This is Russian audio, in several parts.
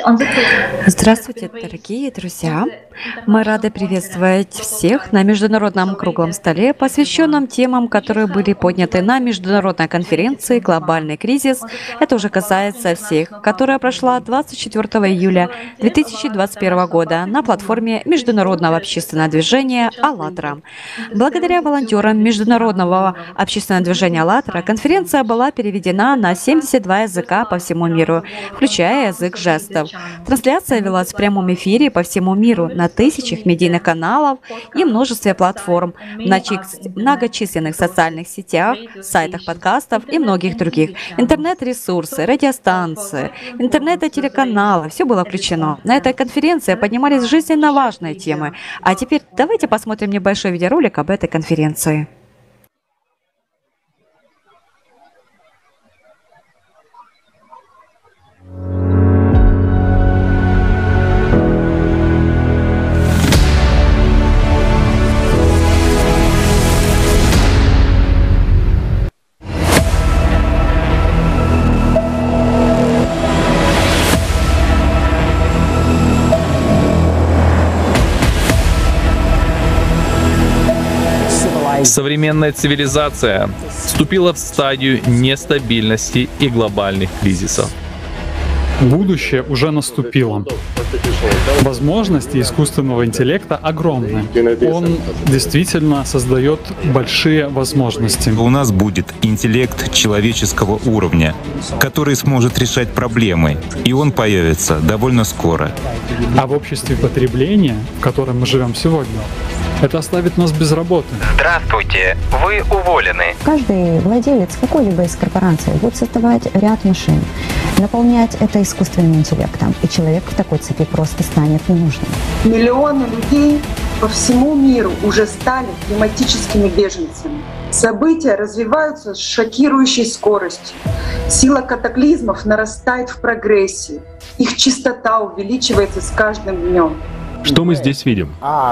Здравствуйте, дорогие друзья! Мы рады приветствовать всех на Международном круглом столе, посвященном темам, которые были подняты на Международной конференции «Глобальный кризис». Это уже касается всех, которая прошла 24 июля 2021 года на платформе Международного общественного движения «АЛЛАТРА». Благодаря волонтерам Международного общественного движения «АЛЛАТРА» конференция была переведена на 72 языка по всему миру, включая язык жестов. Трансляция велась в прямом эфире по всему миру на тысячах медийных каналов и множестве платформ, многочисленных социальных сетях, сайтах подкастов и многих других. Интернет-ресурсы, радиостанции, интернет и телеканалы – все было включено. На этой конференции поднимались жизненно важные темы. А теперь давайте посмотрим небольшой видеоролик об этой конференции. Современная цивилизация вступила в стадию нестабильности и глобальных кризисов. Будущее уже наступило. Возможности искусственного интеллекта огромны. Он действительно создает большие возможности. У нас будет интеллект человеческого уровня, который сможет решать проблемы, и он появится довольно скоро. А в обществе потребления, в котором мы живем сегодня, это оставит нас без работы. Здравствуйте, вы уволены. Каждый владелец какой-либо из корпораций будет создавать ряд машин, наполнять это искусственным интеллектом, и человек в такой цепи просто станет ненужным. Миллионы людей по всему миру уже стали климатическими беженцами. События развиваются с шокирующей скоростью. Сила катаклизмов нарастает в прогрессии. Их частота увеличивается с каждым днем. Что мы здесь видим?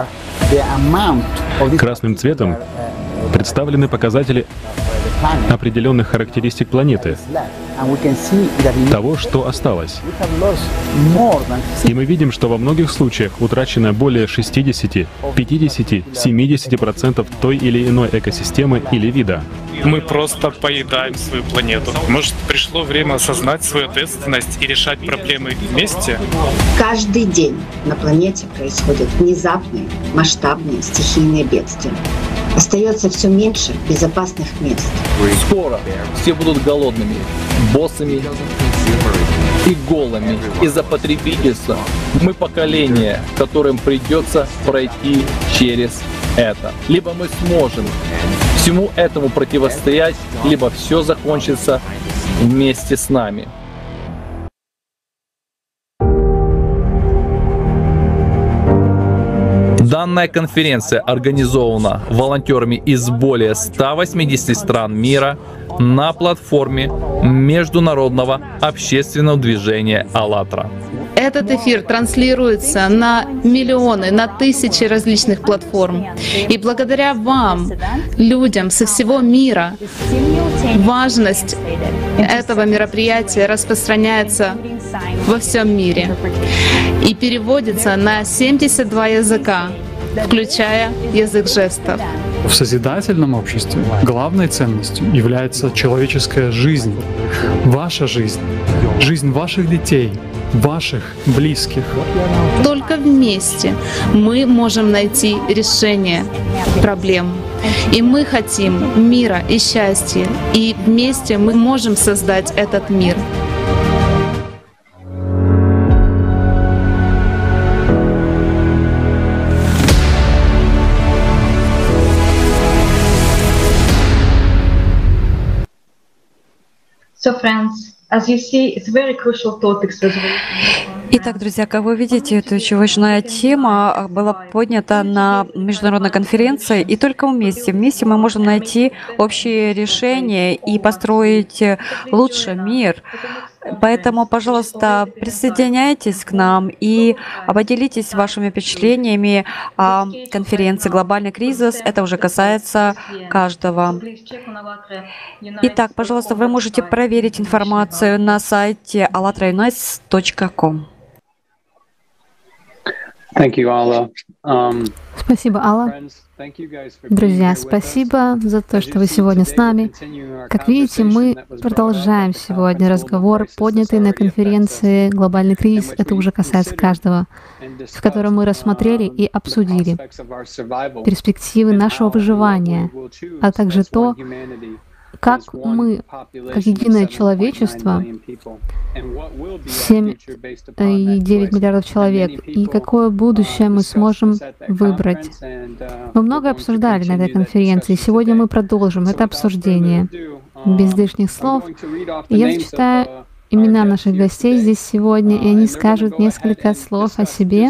Красным цветом представлены показатели определенных характеристик планеты, того, что осталось. И мы видим, что во многих случаях утрачено более 60, 50, 70% той или иной экосистемы или вида. Мы просто поедаем свою планету. Может, пришло время осознать свою ответственность и решать проблемы вместе? Каждый день на планете происходят внезапные, масштабные стихийные бедствия. Остается все меньше безопасных мест. Скоро все будут голодными, боссами и голыми из-за потребительства. Мы поколение, которым придется пройти через это. Либо мы сможем всему этому противостоять, либо все закончится вместе с нами. Данная конференция организована волонтерами из более 180 стран мира на платформе Международного общественного движения «АЛЛАТРА». Этот эфир транслируется на миллионы, на тысячи различных платформ. И благодаря вам, людям со всего мира, важность этого мероприятия распространяется во всем мире и переводится на 72 языка, включая язык жестов. В созидательном обществе главной ценностью является человеческая жизнь, ваша жизнь, жизнь ваших детей, ваших близких. Только вместе мы можем найти решение проблем. И мы хотим мира и счастья. И вместе мы можем создать этот мир. Итак, друзья, как вы видите, эта очень важная тема была поднята на международной конференции, и только вместе мы можем найти общие решения и построить лучший мир. Поэтому, пожалуйста, присоединяйтесь к нам и поделитесь вашими впечатлениями о конференции «Глобальный кризис». Это уже касается каждого. Итак, пожалуйста, вы можете проверить информацию на сайте allatraunites.com. Спасибо, Алла. Друзья, спасибо за то, что вы сегодня с нами. Как видите, мы продолжаем сегодня разговор, поднятый на конференции «Глобальный кризис». Это уже касается каждого, в котором мы рассмотрели и обсудили перспективы нашего выживания, а также то, как мы, как единое человечество, 7,9 миллиардов человек, и какое будущее мы сможем выбрать. Мы много обсуждали на этой конференции, сегодня мы продолжим это обсуждение. Без лишних слов я зачитаю имена наших гостей здесь сегодня, и они скажут несколько слов о себе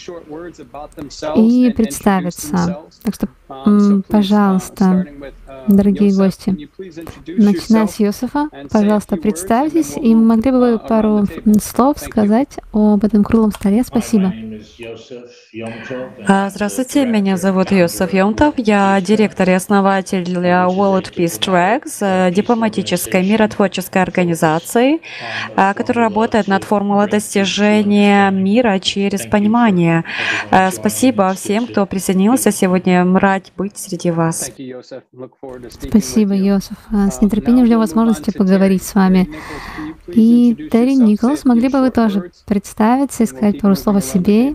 и представятся. Так что, пожалуйста, дорогие гости, начиная с Йосефа, пожалуйста, представьтесь, и могли бы вы пару слов сказать об этом круглом столе? Спасибо. Здравствуйте, меня зовут Йосеф Йомтов, я директор и основатель World Peace Tracks, дипломатической миротворческой организации, которая работает над формулой достижения мира через понимание. Спасибо всем, кто присоединился сегодня. Рад быть среди вас. Спасибо, Йосеф. С нетерпением ждем возможности поговорить с вами. И Терри Николс, могли бы вы тоже представиться и сказать пару слов о себе?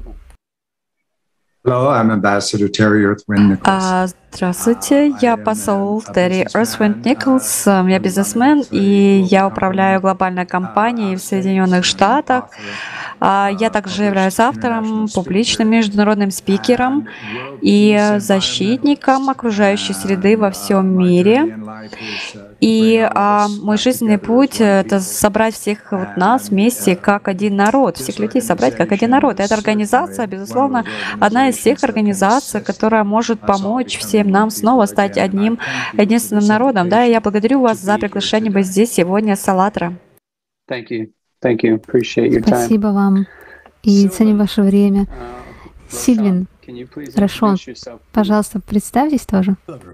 Здравствуйте, я посол Терри Эрсвинд Николс, я бизнесмен, и я управляю глобальной компанией в Соединенных Штатах. Я также являюсь автором, публичным международным спикером и защитником окружающей среды во всем мире. И мой жизненный путь — это собрать всех нас вместе как один народ, всех людей собрать как один народ. Эта организация, безусловно, одна из тех организаций, которая может помочь всем нам снова стать одним единственным народом. Да, и я благодарю вас за приглашение быть здесь сегодня с «АЛЛАТРА». Спасибо вам и ценим ваше время. Сильвин Рашон, пожалуйста, представьтесь тоже.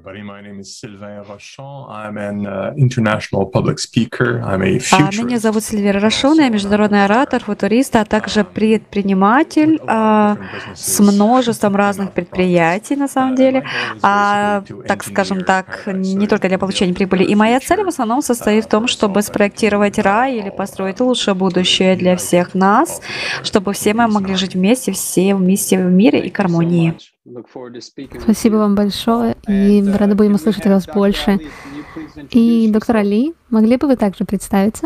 Меня зовут Сильвия Рашон, я международный оратор, футурист, а также предприниматель с множеством разных предприятий, на самом деле, так скажем так, не только для получения прибыли. И моя цель в основном состоит в том, чтобы спроектировать рай или построить лучшее будущее для всех нас, чтобы все мы могли жить вместе, все вместе в мире и гармонии. Спасибо вам большое, и рада будем услышать вас больше. И, доктор Али, могли бы вы также представиться?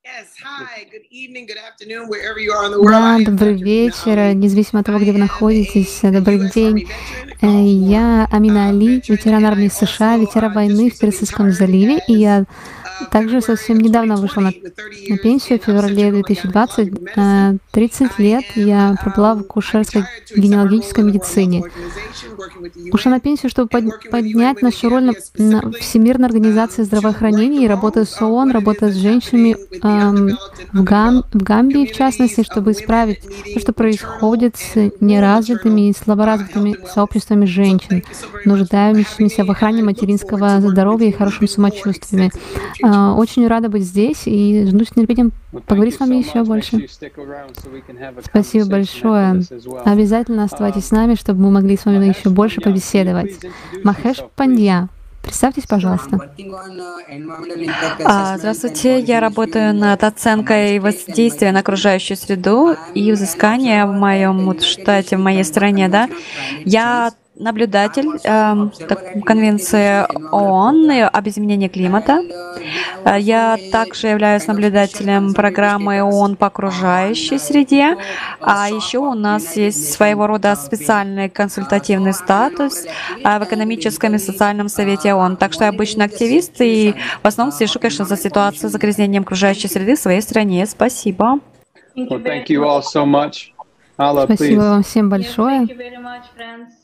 Да, добрый вечер, независимо от того, где вы находитесь, добрый день. Я Амина Али, ветеран армии США, ветеран войны в Персидском заливе, и я также совсем недавно вышла на пенсию в феврале 2020. 30 лет я пробыла в акушерской гинекологической медицине. Ушла на пенсию, чтобы поднять нашу роль на Всемирной организации здравоохранения и работаю с ООН, работаю с женщинами в Гамбии, в частности, чтобы исправить то, что происходит с неразвитыми и слаборазвитыми сообществами женщин, нуждающимися в охране материнского здоровья и хорошем самочувствии. Очень рада быть здесь и жду с нетерпением поговорить с вами еще больше. Спасибо большое. Обязательно оставайтесь с нами, чтобы мы могли с вами еще больше побеседовать. Махеш Пандья, представьтесь, пожалуйста. Здравствуйте, я работаю над оценкой воздействия на окружающую среду и взыскания в моем штате, в моей стране, да. Я наблюдатель Конвенции ООН об изменении климата. Я также являюсь наблюдателем программы ООН по окружающей среде. А еще у нас есть своего рода специальный консультативный статус в экономическом и социальном совете ООН. Так что я обычный активист и в основном слежу, конечно, за ситуацией с загрязнением окружающей среды в своей стране. Спасибо. Спасибо вам всем большое.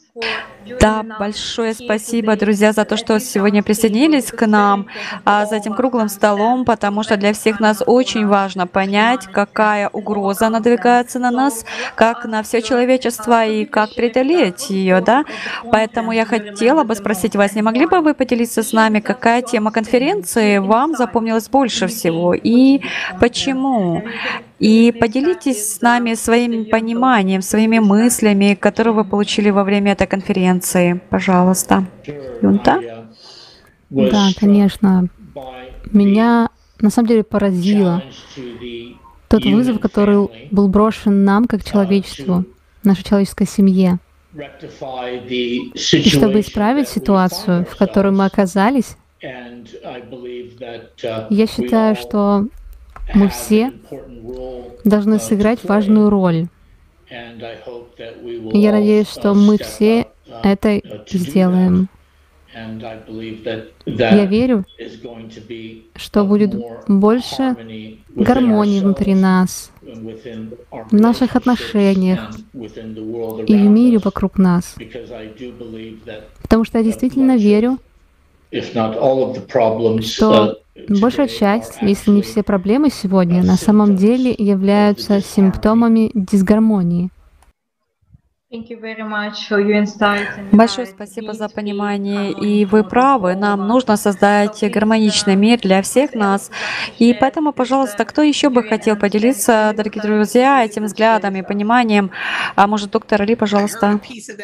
Да, большое спасибо, друзья, за то, что сегодня присоединились к нам за этим круглым столом, потому что для всех нас очень важно понять, какая угроза надвигается на нас, как на все человечество и как преодолеть ее, да? Поэтому я хотела бы спросить вас, не могли бы вы поделиться с нами, какая тема конференции вам запомнилась больше всего и почему? И поделитесь с нами своим пониманием, своими мыслями, которые вы получили во время этой конференции. Пожалуйста. Юнта? Да, конечно. Меня на самом деле поразило тот вызов, который был брошен нам, как человечеству, нашей человеческой семье. И чтобы исправить ситуацию, в которой мы оказались, я считаю, что мы все должны сыграть важную роль. И я надеюсь, что мы все это сделаем. Я верю, что будет больше гармонии внутри нас, в наших отношениях и в мире вокруг нас. Потому что я действительно верю, что большая часть, если не все проблемы сегодня, на самом деле являются симптомами дисгармонии. Большое спасибо за понимание, и вы правы, нам нужно создать гармоничный мир для всех нас. И поэтому, пожалуйста, кто еще бы хотел поделиться, дорогие друзья, этим взглядом и пониманием? А может, доктор Али, пожалуйста?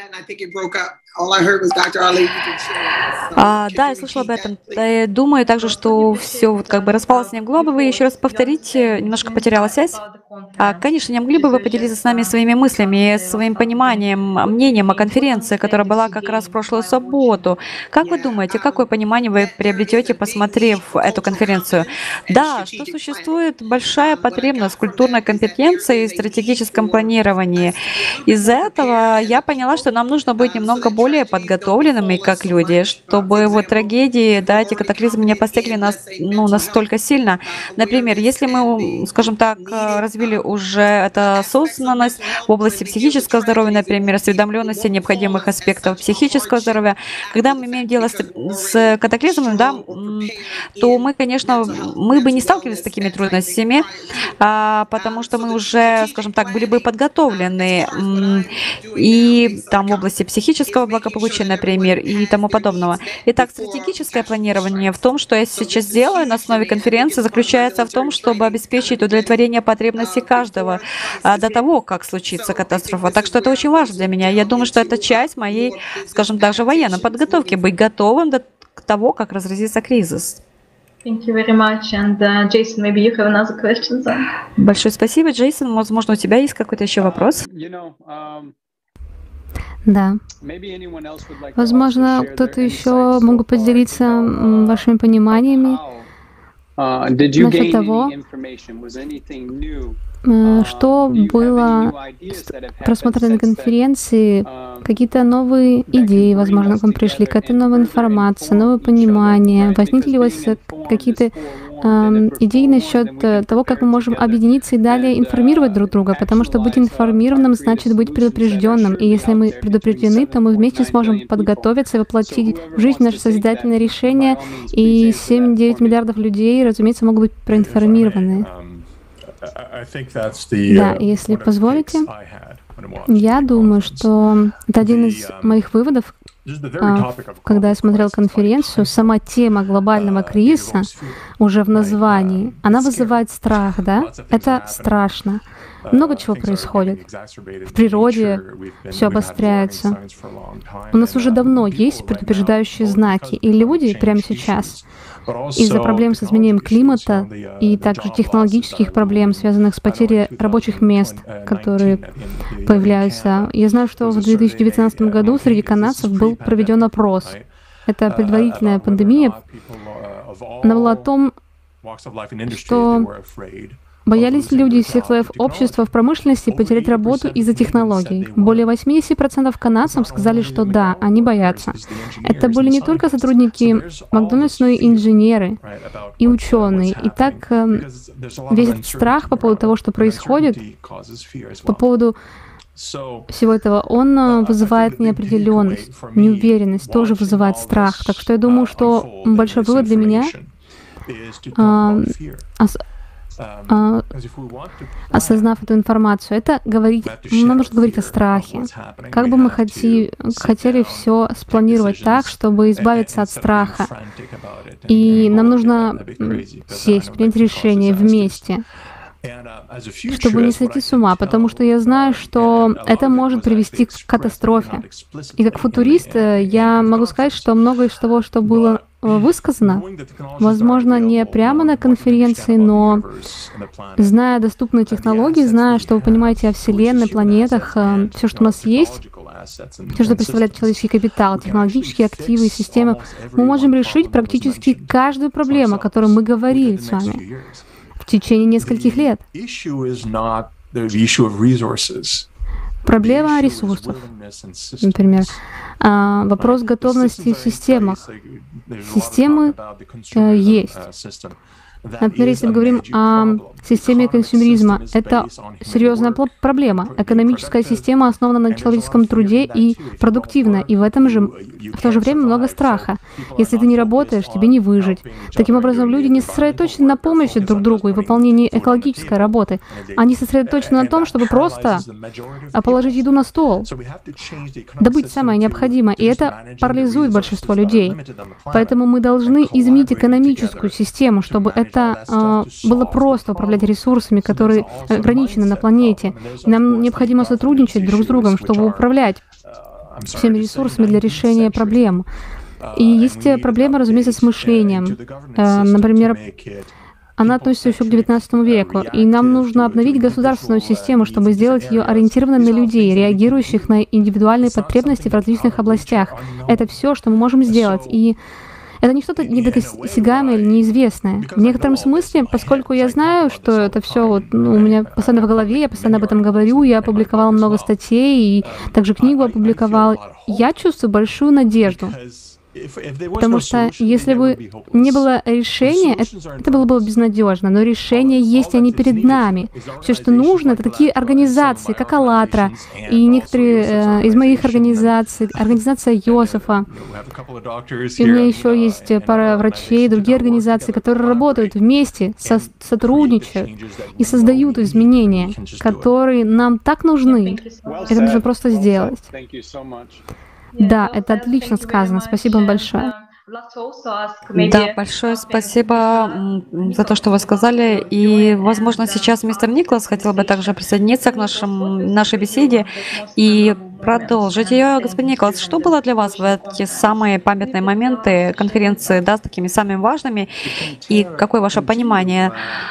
Да, я слышала об этом. Думаю также, что все вот как бы распалось не в глобы. Вы еще раз повторите, немножко потеряла связь. Конечно, не могли бы вы поделиться с нами своими мыслями, своим пониманием, мнением о конференции, которая была как раз в прошлую субботу? Как вы думаете, какое понимание вы приобретете, посмотрев эту конференцию? Да, что существует большая потребность в культурной компетенции и стратегическом планировании. Из-за этого я поняла, что нам нужно быть немного более подготовленными как люди, чтобы вот трагедии, да, эти катаклизмы не постигли нас настолько сильно. Например, если мы, скажем так, развили уже эту осознанность в области психического здоровья, например, осведомленности необходимых аспектов психического здоровья, когда мы имеем дело с катаклизмом, да, то мы, конечно, мы бы не сталкивались с такими трудностями, потому что мы уже, скажем так, были бы подготовлены и там в области психического благополучия, например, и тому подобного. Итак, стратегическое планирование в том, что я сейчас делаю на основе конференции, заключается в том, чтобы обеспечить удовлетворение потребностей каждого до того, как случится катастрофа. Так что это очень важно для меня. Я думаю, что это часть моей, скажем, даже военной подготовки, быть готовым до того, как разразится кризис. Thank you very much. And Jason, maybe you have another question. Большое спасибо, Джейсон. Возможно, у тебя есть какой-то еще вопрос? Да. Возможно, кто-то еще мог бы поделиться вашими пониманиями насчет того, что было просмотрено на конференции, какие-то новые идеи, возможно, к вам пришли, какая-то новая информация, новое понимание. Возникли ли у вас какие-то идеи насчет того, как мы можем объединиться и далее информировать друг друга, потому что быть информированным значит быть предупрежденным. И если мы предупреждены, то мы вместе сможем подготовиться и воплотить в жизнь наше созидательное решение, и 7-9 миллиардов людей, разумеется, могут быть проинформированы. Да, если позволите, я думаю, что это один из моих выводов, когда я смотрел конференцию. Сама тема глобального кризиса уже в названии, она вызывает страх, да? Это страшно. Много чего происходит. В природе все обостряется. У нас уже давно есть предупреждающие знаки, и люди прямо сейчас из-за проблем с изменением климата и также технологических проблем, связанных с потерей рабочих мест, которые появляются. Я знаю, что в 2019 году среди канадцев был проведен опрос. Это предварительная пандемия. Она была о том, что боялись люди из всех слоев общества в промышленности потерять работу из-за технологий. Более 80% канадцев сказали, что да, они боятся. Это были не только сотрудники Макдональдс, но и инженеры, и ученые. И так весь этот страх по поводу того, что происходит, по поводу всего этого, он вызывает неопределенность, неуверенность, тоже вызывает страх. Так что я думаю, что большой вывод для меня осознав эту информацию, это говорить, нам нужно говорить о страхе. Как бы мы хотели все спланировать так, чтобы избавиться от страха. И нам нужно сесть, принять решение вместе, чтобы не сойти с ума, потому что я знаю, что это может привести к катастрофе. И как футурист я могу сказать, что многое из того, что было высказано, возможно, не прямо на конференции, но зная доступные технологии, зная, что вы понимаете о Вселенной, планетах, все, что у нас есть, все, что представляет человеческий капитал, технологические активы и системы, мы можем решить практически каждую проблему, о которой мы говорили с вами в течение нескольких лет. Проблема ресурсов, например. Вопрос готовности в системах. Системы есть. Например, если мы говорим о системе консюмеризма, это серьезная проблема. Экономическая система основана на человеческом труде и продуктивна, и в то же время много страха. Если ты не работаешь, тебе не выжить. Таким образом, люди не сосредоточены на помощи друг другу и выполнении экологической работы. Они сосредоточены на том, чтобы просто положить еду на стол, добыть самое необходимое, и это парализует большинство людей. Поэтому мы должны изменить экономическую систему, чтобы это было просто управлять ресурсами, которые ограничены на планете. Нам необходимо сотрудничать друг с другом, чтобы управлять всеми ресурсами для решения проблем. И есть проблема, разумеется, с мышлением. Например, она относится еще к XIX веку, и нам нужно обновить государственную систему, чтобы сделать ее ориентированной на людей, реагирующих на индивидуальные потребности в различных областях. Это все, что мы можем сделать. И это не что-то недосягаемое или неизвестное. В некотором смысле, поскольку я знаю, что это все у меня постоянно в голове, я постоянно об этом говорю, я опубликовала много статей и также книгу опубликовала, я чувствую большую надежду. Потому что если бы не было решения, это было бы безнадежно. Но решения есть, они перед нами. Все, что нужно, это такие организации, как АЛЛАТРА, и некоторые из моих организаций, организация Йосефа. И у меня еще есть пара врачей, другие организации, которые работают вместе, сотрудничают и создают изменения, которые нам так нужны. Это нужно просто сделать. Да, это отлично сказано. Спасибо вам большое. Да, большое спасибо за то, что вы сказали. И, возможно, сейчас мистер Николас хотел бы также присоединиться к нашей беседе и продолжить ее. Господин Николас, что было для вас в эти самые памятные моменты конференции, да, с такими самыми важными, и какое ваше понимание?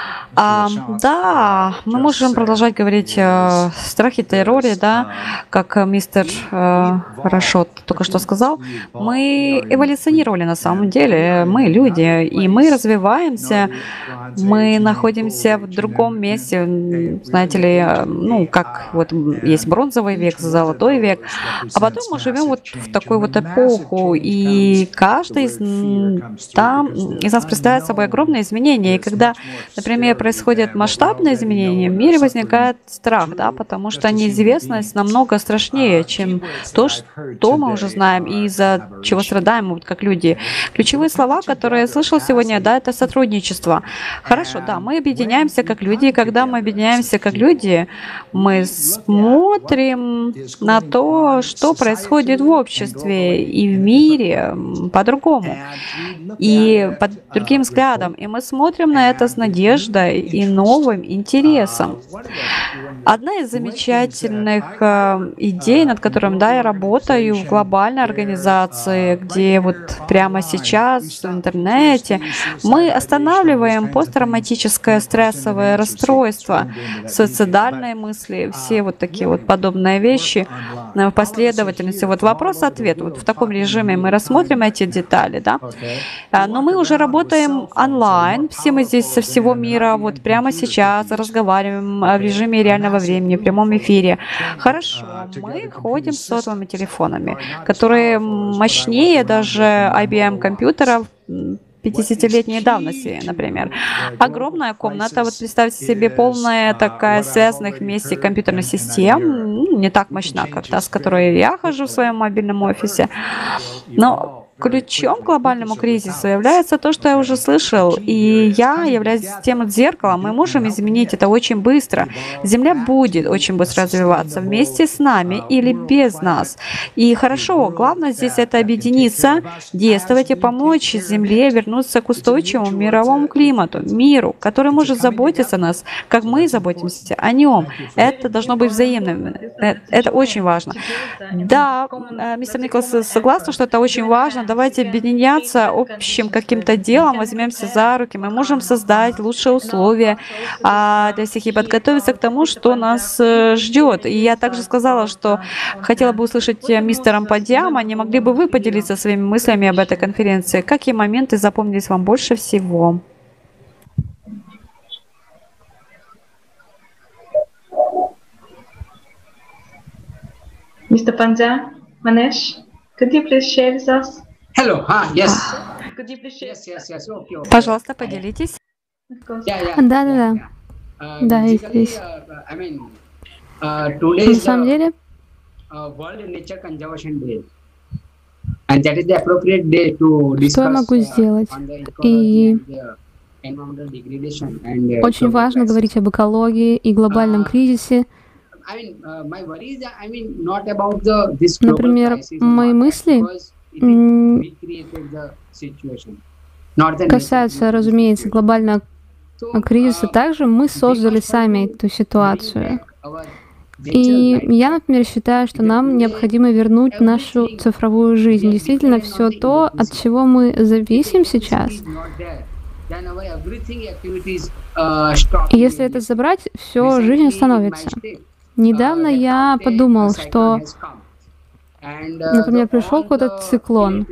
Да, мы можем продолжать говорить о страхе, терроре, да, как мистер Рашод только что сказал. Мы эволюционировали на самом деле, мы люди, и мы развиваемся, мы находимся в другом месте, знаете ли, как вот есть бронзовый век, золотой век, а потом мы живем вот в такую вот эпоху, и каждый из нас представляет собой огромные изменения, и когда, например, происходят масштабные изменения, в мире возникает страх, да, потому что неизвестность намного страшнее, чем то, что мы уже знаем и из-за чего страдаем вот как люди. Ключевые слова, которые я слышал сегодня, да, это сотрудничество. Хорошо, да, мы объединяемся как люди, и когда мы объединяемся как люди, мы смотрим на то, что происходит в обществе и в мире по-другому, и под другим взглядом, и мы смотрим на это с надеждой и новым интересом. Одна из замечательных идей, над которым, да, я работаю в глобальной организации, где вот прямо сейчас в интернете мы останавливаем посттравматическое стрессовое расстройство, суицидальные мысли, все вот такие вот подобные вещи в последовательности. Вот вопрос-ответ. Вот в таком режиме мы рассмотрим эти детали, да. Но мы уже работаем онлайн, все мы здесь со всего мира, вот прямо сейчас разговариваем в режиме реального времени, в прямом эфире. Хорошо, мы ходим с сотовыми телефонами, которые мощнее даже IBM компьютеров, 50-летней давности, например. Огромная комната, вот представьте себе, полная такая связанных вместе компьютерных систем, не так мощна, как та, с которой я хожу в своем мобильном офисе. Но ключом к глобальному кризису является то, что я уже слышал, и я являюсь тем зеркалом. Мы можем изменить это очень быстро. Земля будет очень быстро развиваться вместе с нами или без нас. И хорошо, главное здесь это объединиться, действовать и помочь Земле вернуться к устойчивому мировому климату, миру, который может заботиться о нас, как мы заботимся о нем. Это должно быть взаимным. Это очень важно. Да, мистер Николас согласна, что это очень важно. Давайте объединяться общим каким-то делом, возьмемся за руки. Мы можем создать лучшие условия для всех и подготовиться к тому, что нас ждет. И я также сказала, что хотела бы услышать мистера Падиама. Не могли бы вы поделиться своими мыслями об этой конференции? Какие моменты запомнились вам больше всего? Mr. Pandya, Manesh, could you please share with us? Hello, yes. Yes. Okay. Пожалуйста, поделитесь. Да. Да, я здесь. На самом деле, что я могу сделать? И очень важно говорить об экологии и глобальном кризисе. Например, мои мысли касаются, разумеется, глобального кризиса. Также мы создали сами эту ситуацию. И я, например, считаю, что нам необходимо вернуть нашу цифровую жизнь. Действительно, все то, от чего мы зависим сейчас. И если это забрать, все, жизнь остановится. Недавно я подумал, что, например, пришел какой-то циклон,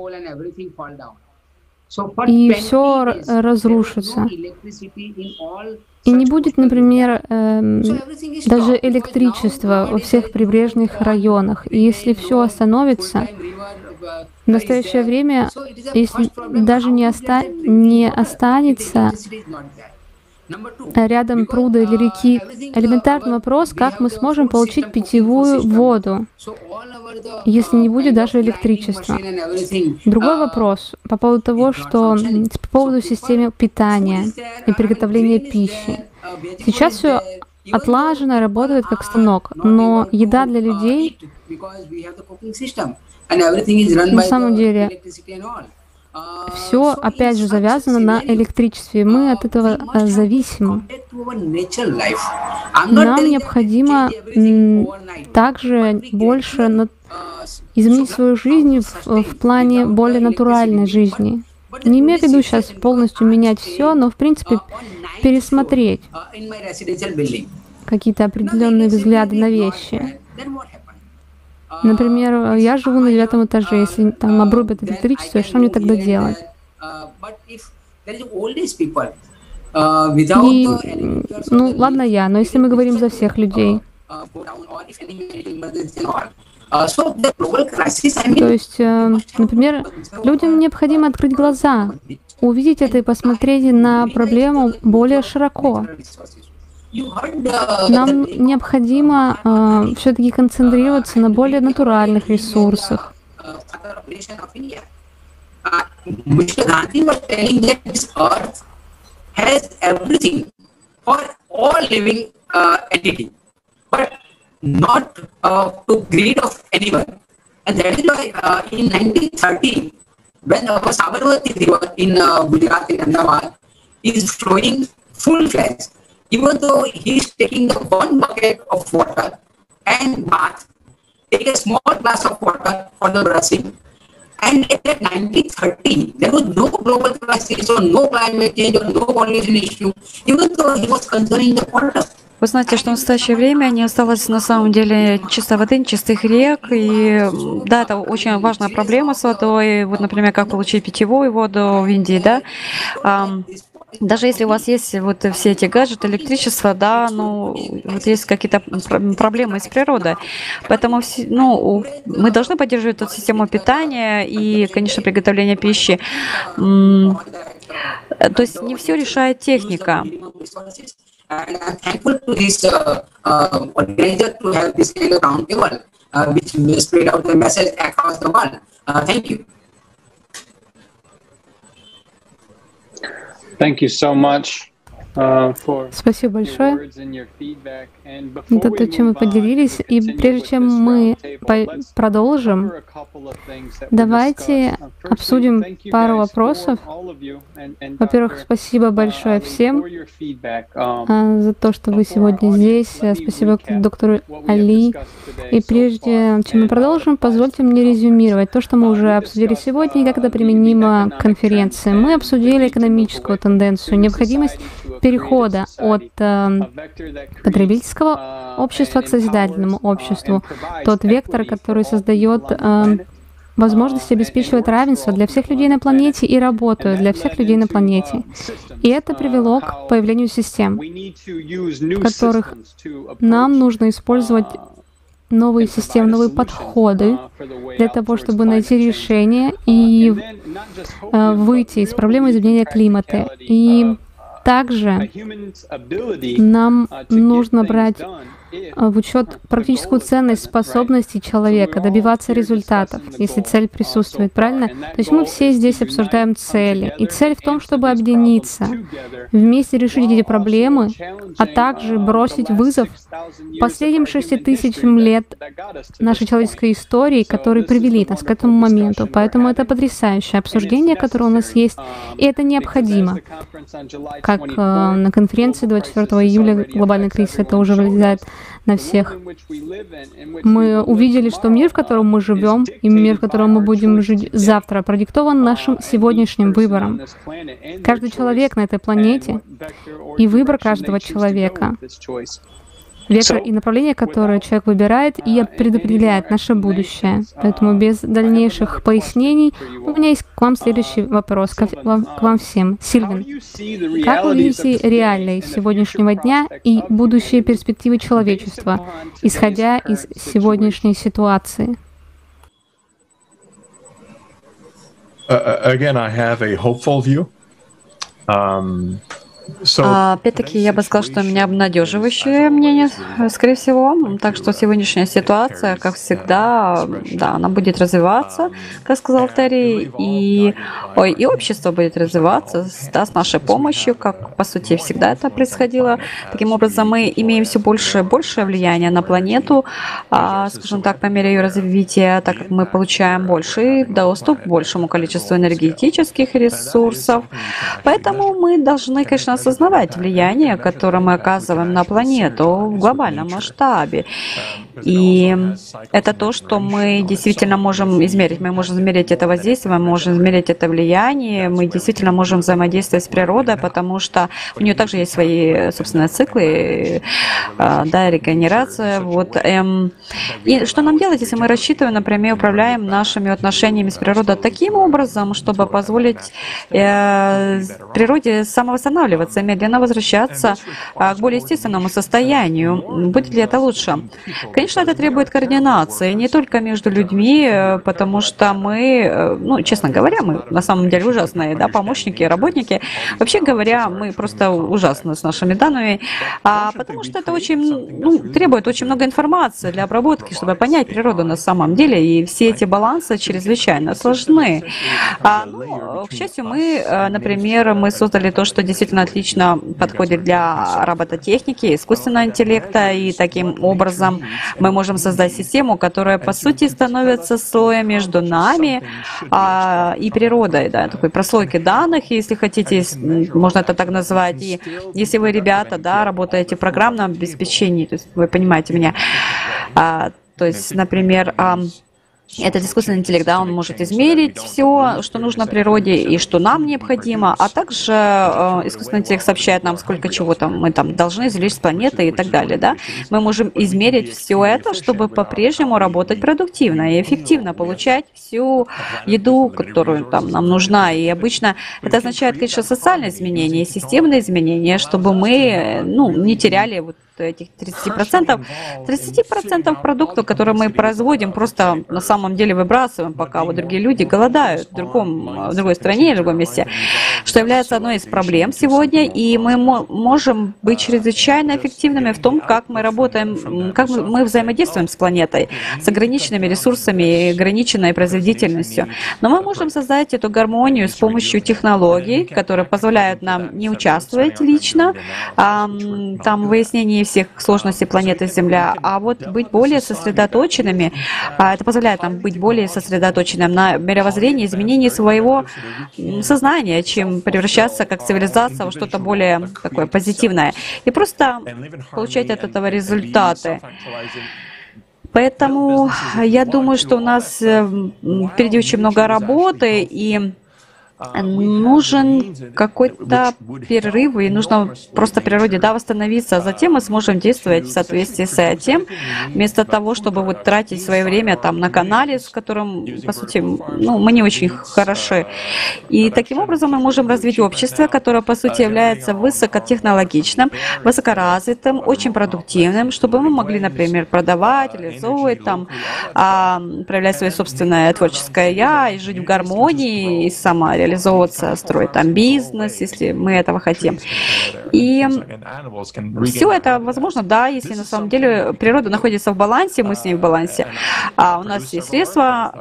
и все разрушится. И не будет, например, даже электричества во всех прибрежных районах. И если все остановится, в настоящее время, если даже не останется рядом пруда или реки, элементарный вопрос, как мы сможем получить питьевую воду, если не будет даже электричества. Другой вопрос по поводу того, что по поводу системы питания и приготовления пищи. Сейчас все отлажено, работает как станок, но еда для людей на самом деле все, опять же, завязано на электричестве. Мы от этого зависим. Нам необходимо также больше изменить свою жизнь в плане более натуральной жизни. Не имею в виду сейчас полностью менять все, но, в принципе, пересмотреть какие-то определенные взгляды на вещи. Например, я живу на 9-м этаже, если там обрубят электричество, что мне тогда делать? И, ну, ладно но если мы говорим за всех людей. То есть, например, людям необходимо открыть глаза, увидеть это и посмотреть на проблему более широко. Нам необходимо все-таки концентрироваться на более натуральных ресурсах. When our Sabarmati River in Gujarat in Ahmedabad is flowing full fledged, even though he is taking the one bucket of water and bath, take a small glass of water for the brushing, and at 1930 there was no global crisis or no climate change or no pollution issue, even though he was conserving the water. Вы знаете, что в настоящее время не осталось на самом деле чистой воды, чистых рек. И да, это очень важная проблема с водой. Вот, например, как получить питьевую воду в Индии, да. даже если у вас есть вот все эти гаджеты, электричество, да, ну, вот есть какие-то проблемы с природой. Поэтому ну, мы должны поддерживать эту систему питания и, конечно, приготовление пищи. То есть не все решает техника. And I'm thankful to this organizer to have this kind of roundtable, which will spread out the message across the world. Thank you. Thank you so much. Спасибо большое. Это то, чем вы поделились. И прежде чем мы продолжим, давайте обсудим пару вопросов. Во-первых, спасибо большое всем за то, что вы сегодня здесь. Спасибо доктору Али. И прежде чем мы продолжим, позвольте мне резюмировать то, что мы уже обсудили сегодня и как это применимо к конференции. Мы обсудили экономическую тенденцию, необходимость перехода от потребительского общества к созидательному обществу, тот вектор, который создает возможность обеспечивать равенство для всех людей на планете и работу для всех людей на планете. И это привело к появлению систем, в которых нам нужно использовать новые системы, новые подходы для того, чтобы найти решение и выйти из проблемы изменения климата. И также нам нужно брать в учет практическую ценность способностей человека добиваться результатов, если цель присутствует, правильно? То есть мы все здесь обсуждаем цели. И цель в том, чтобы объединиться, вместе решить эти проблемы, а также бросить вызов последним 6000 лет нашей человеческой истории, которые привели нас к этому моменту. Поэтому это потрясающее обсуждение, которое у нас есть, и это необходимо. Как на конференции 24 июля глобальный кризис, это уже влияет на всех. Мы увидели, что мир, в котором мы живем, и мир, в котором мы будем жить завтра, продиктован нашим сегодняшним выбором. Каждый человек на этой планете и выбор каждого человека, вектор и направление, которое человек выбирает, и предопределяет наше будущее. Поэтому без дальнейших пояснений у меня есть к вам следующий вопрос, к вам всем. Сильвин, как вы видите реалии сегодняшнего дня и будущие перспективы человечества, исходя из сегодняшней ситуации? Again, I have a hopeful view. Опять-таки, я бы сказала, что у меня обнадеживающее мнение, скорее всего. Так что сегодняшняя ситуация, как всегда, да, она будет развиваться, как сказал Терри, и общество будет развиваться, да, с нашей помощью, как, по сути, всегда это происходило. Таким образом, мы имеем все больше и большее влияние на планету, скажем так, по мере ее развития, так как мы получаем больший доступ к большему количеству энергетических ресурсов. Поэтому мы должны, конечно, осознавать влияние, которое мы оказываем на планету в глобальном масштабе. И это то, что мы действительно можем измерить. Мы можем измерить это воздействие, мы можем измерить это влияние, мы действительно можем взаимодействовать с природой, потому что у нее также есть свои собственные циклы, да, регенерация. Вот. И что нам делать, если мы рассчитываем, например, управляем нашими отношениями с природой таким образом, чтобы позволить природе самовосстанавливаться, медленно возвращаться к более естественному состоянию? Будет ли это лучше? Конечно, это требует координации, не только между людьми, потому что мы, ну, честно говоря, мы на самом деле ужасные, да, помощники, работники. Вообще говоря, мы просто ужасны с нашими данными, потому что это очень, требует очень много информации для обработки, чтобы понять природу на самом деле, и все эти балансы чрезвычайно сложны. К счастью, мы, например, мы создали то, что действительно отлично подходит для робототехники, искусственного интеллекта, и таким образом мы можем создать систему, которая, по сути, становится слоем между нами и природой, да, такой прослойки данных, если хотите, можно это так назвать. И если вы, ребята, да, работаете в программном обеспечении, то есть вы понимаете меня, то есть, например, Этот искусственный интеллект, да, он может измерить все, что нужно природе и что нам необходимо, а также искусственный интеллект сообщает нам, сколько чего там мы там должны извлечь с планеты и так далее, да. Мы можем измерить все это, чтобы по-прежнему работать продуктивно и эффективно, получать всю еду, которую там нам нужна. И обычно это означает, конечно, социальные изменения, системные изменения, чтобы мы, ну, не теряли вот этих 30%. 30% продуктов, которые мы производим, просто на самом деле выбрасываем, пока вот другие люди голодают в другой стране, в другом месте, что является одной из проблем сегодня. И мы можем быть чрезвычайно эффективными в том, как мы работаем, как мы взаимодействуем с планетой, с ограниченными ресурсами и ограниченной производительностью. Но мы можем создать эту гармонию с помощью технологий, которые позволяют нам не участвовать лично там в выяснении всех сложностей планеты Земля, а вот быть более сосредоточенными. Это позволяет нам быть более сосредоточенным на мировоззрении, изменении своего сознания, чем превращаться как цивилизация во что-то более такое позитивное. И просто получать от этого результаты. Поэтому я думаю, что у нас впереди очень много работы, и нужен какой-то перерыв, и нужно просто природе, да, восстановиться, а затем мы сможем действовать в соответствии с этим, вместо того, чтобы вот тратить свое время там на канале, с которым, по сути, ну, мы не очень хороши. И таким образом мы можем развить общество, которое, по сути, является высокотехнологичным, высокоразвитым, очень продуктивным, чтобы мы могли, например, продавать, реализовывать, там, проявлять свое собственное творческое «я» и жить в гармонии, и самореализовываться, строить там бизнес, если мы этого хотим. И все это возможно, да, если на самом деле природа находится в балансе, мы с ней в балансе, а у нас есть средства,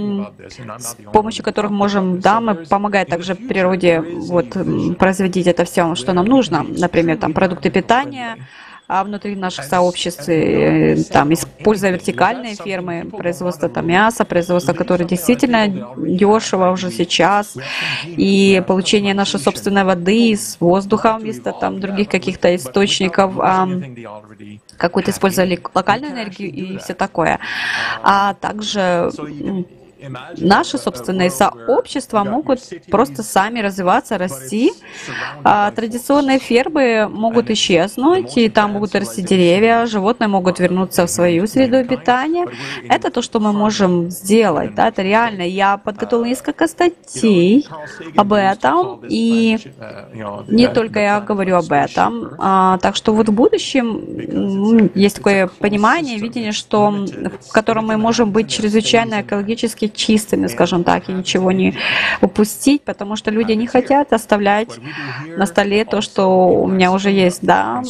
с помощью которых можем, да, мы помогать также природе вот производить это все, что нам нужно, например, там продукты питания, внутри наших сообществ, там, используя вертикальные фермы, производство там мяса, производство, которое действительно дешево уже сейчас, и получение нашей собственной воды с воздуха вместо там других каких-то источников, какую-то использовали локальную энергию и все такое. А также наши собственные сообщества могут просто сами развиваться, расти. Традиционные фермы могут исчезнуть, и там могут расти деревья, животные могут вернуться в свою среду обитания. Это то, что мы можем сделать. Да, это реально. Я подготовила несколько статей об этом, и не только я говорю об этом. Так что вот в будущем есть такое понимание, видение, что, в котором мы можем быть чрезвычайно экологически чистыми, скажем так, и ничего не упустить, потому что люди не хотят оставлять на столе то, что у меня уже есть, да.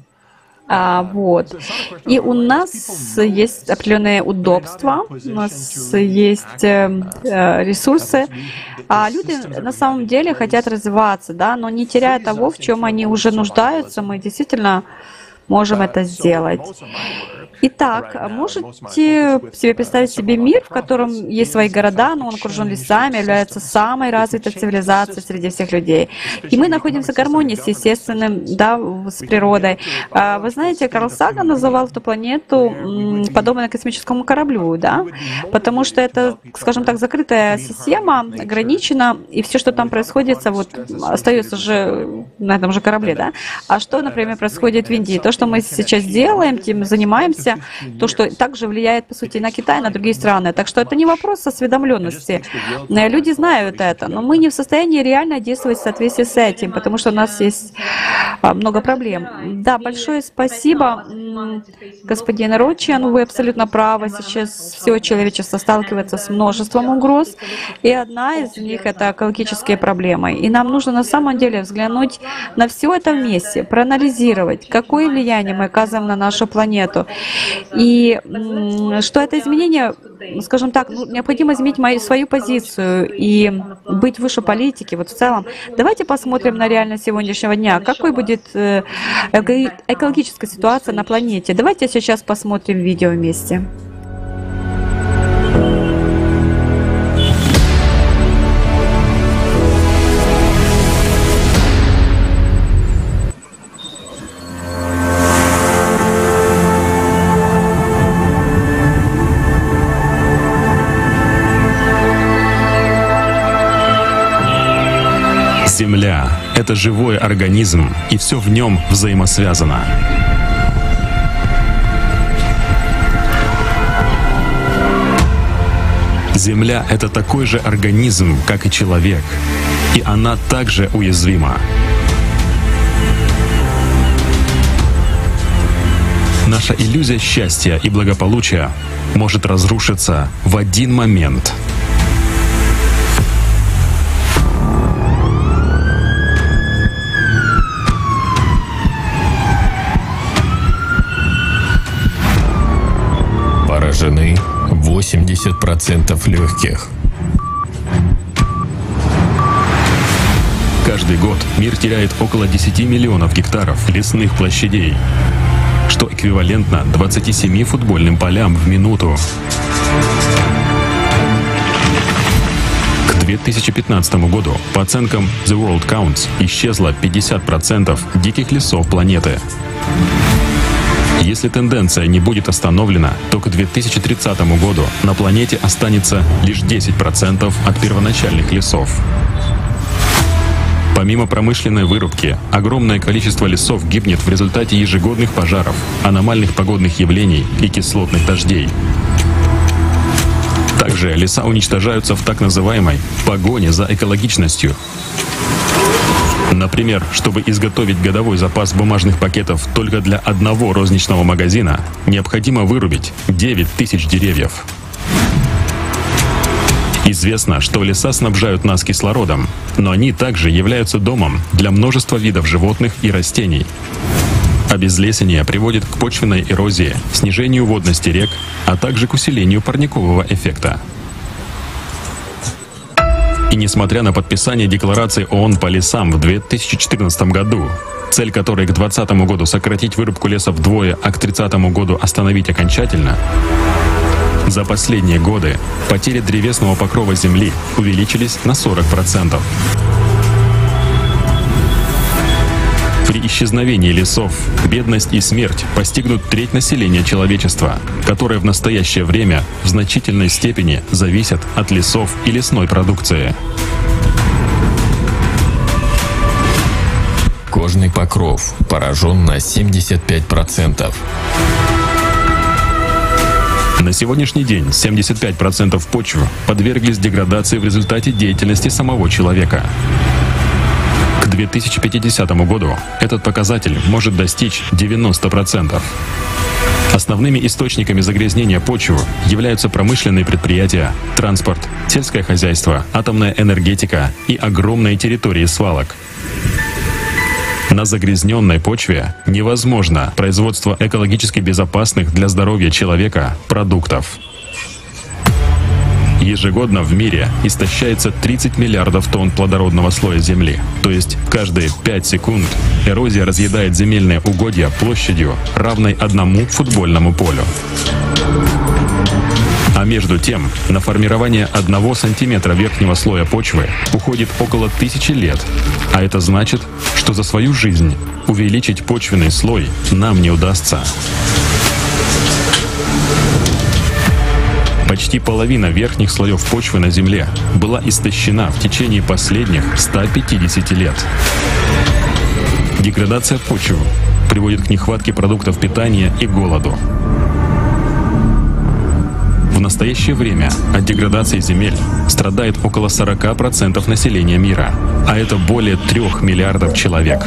Вот. И у нас есть определенные удобства, у нас есть ресурсы, а люди на самом деле хотят развиваться, да, но не теряя того, в чем они уже нуждаются, мы действительно можем это сделать. Итак, можете себе представить себе мир, в котором есть свои города, но он окружен лесами, является самой развитой цивилизацией среди всех людей. И мы находимся в гармонии с естественным, да, с природой. Вы знаете, Карл Саган называл эту планету подобной космическому кораблю, да, потому что это, скажем так, закрытая система, ограничена, и все, что там происходит, вот, остается же на этом же корабле, да. А что, например, происходит в Индии? То, что мы сейчас делаем, тем занимаемся, то, что также влияет, по сути, на Китай, на другие страны. Так что это не вопрос осведомленности. Люди знают это, но мы не в состоянии реально действовать в соответствии с этим, потому что у нас есть много проблем. Да, большое спасибо, господин Рочиан, вы абсолютно правы. Сейчас все человечество сталкивается с множеством угроз, и одна из них — это экологические проблемы. И нам нужно на самом деле взглянуть на все это вместе, проанализировать, какое влияние мы оказываем на нашу планету. И что это изменение, скажем так, необходимо изменить свою позицию и быть выше политики. Вот в целом, давайте посмотрим на реальность сегодняшнего дня. Какой будет экологическая ситуация на планете? Давайте сейчас посмотрим видео вместе. Земля — это живой организм, и все в нем взаимосвязано. Земля — это такой же организм, как и человек, и она также уязвима. Наша иллюзия счастья и благополучия может разрушиться в один момент. Поражены 80% легких. Каждый год мир теряет около 10 миллионов гектаров лесных площадей, что эквивалентно 27 футбольным полям в минуту. К 2015 году, по оценкам The World Counts, исчезло 50% диких лесов планеты. Если тенденция не будет остановлена, то к 2030 году на планете останется лишь 10% от первоначальных лесов. Помимо промышленной вырубки, огромное количество лесов гибнет в результате ежегодных пожаров, аномальных погодных явлений и кислотных дождей. Также леса уничтожаются в так называемой погоне за экологичностью. Например, чтобы изготовить годовой запас бумажных пакетов только для одного розничного магазина, необходимо вырубить 9000 деревьев. Известно, что леса снабжают нас кислородом, но они также являются домом для множества видов животных и растений. Обезлесение приводит к почвенной эрозии, снижению водности рек, а также к усилению парникового эффекта. И несмотря на подписание Декларации ООН по лесам в 2014 году, цель которой к 2020 году сократить вырубку леса вдвое, а к 2030 году остановить окончательно, за последние годы потери древесного покрова Земли увеличились на 40%. При исчезновении лесов бедность и смерть постигнут треть населения человечества, которое в настоящее время в значительной степени зависит от лесов и лесной продукции. Кожный покров поражен на 75%. На сегодняшний день 75% почв подверглись деградации в результате деятельности самого человека. К 2050 году этот показатель может достичь 90%. Основными источниками загрязнения почв являются промышленные предприятия, транспорт, сельское хозяйство, атомная энергетика и огромные территории свалок. На загрязненной почве невозможно производство экологически безопасных для здоровья человека продуктов. Ежегодно в мире истощается 30 миллиардов тонн плодородного слоя земли. То есть каждые 5 секунд эрозия разъедает земельные угодья площадью, равной 1 футбольному полю. А между тем, на формирование 1 сантиметра верхнего слоя почвы уходит около 1000 лет. А это значит, что за свою жизнь увеличить почвенный слой нам не удастся. Почти половина верхних слоев почвы на Земле была истощена в течение последних 150 лет. Деградация почв приводит к нехватке продуктов питания и голоду. В настоящее время от деградации земель страдает около 40% населения мира, а это более 3 миллиардов человек.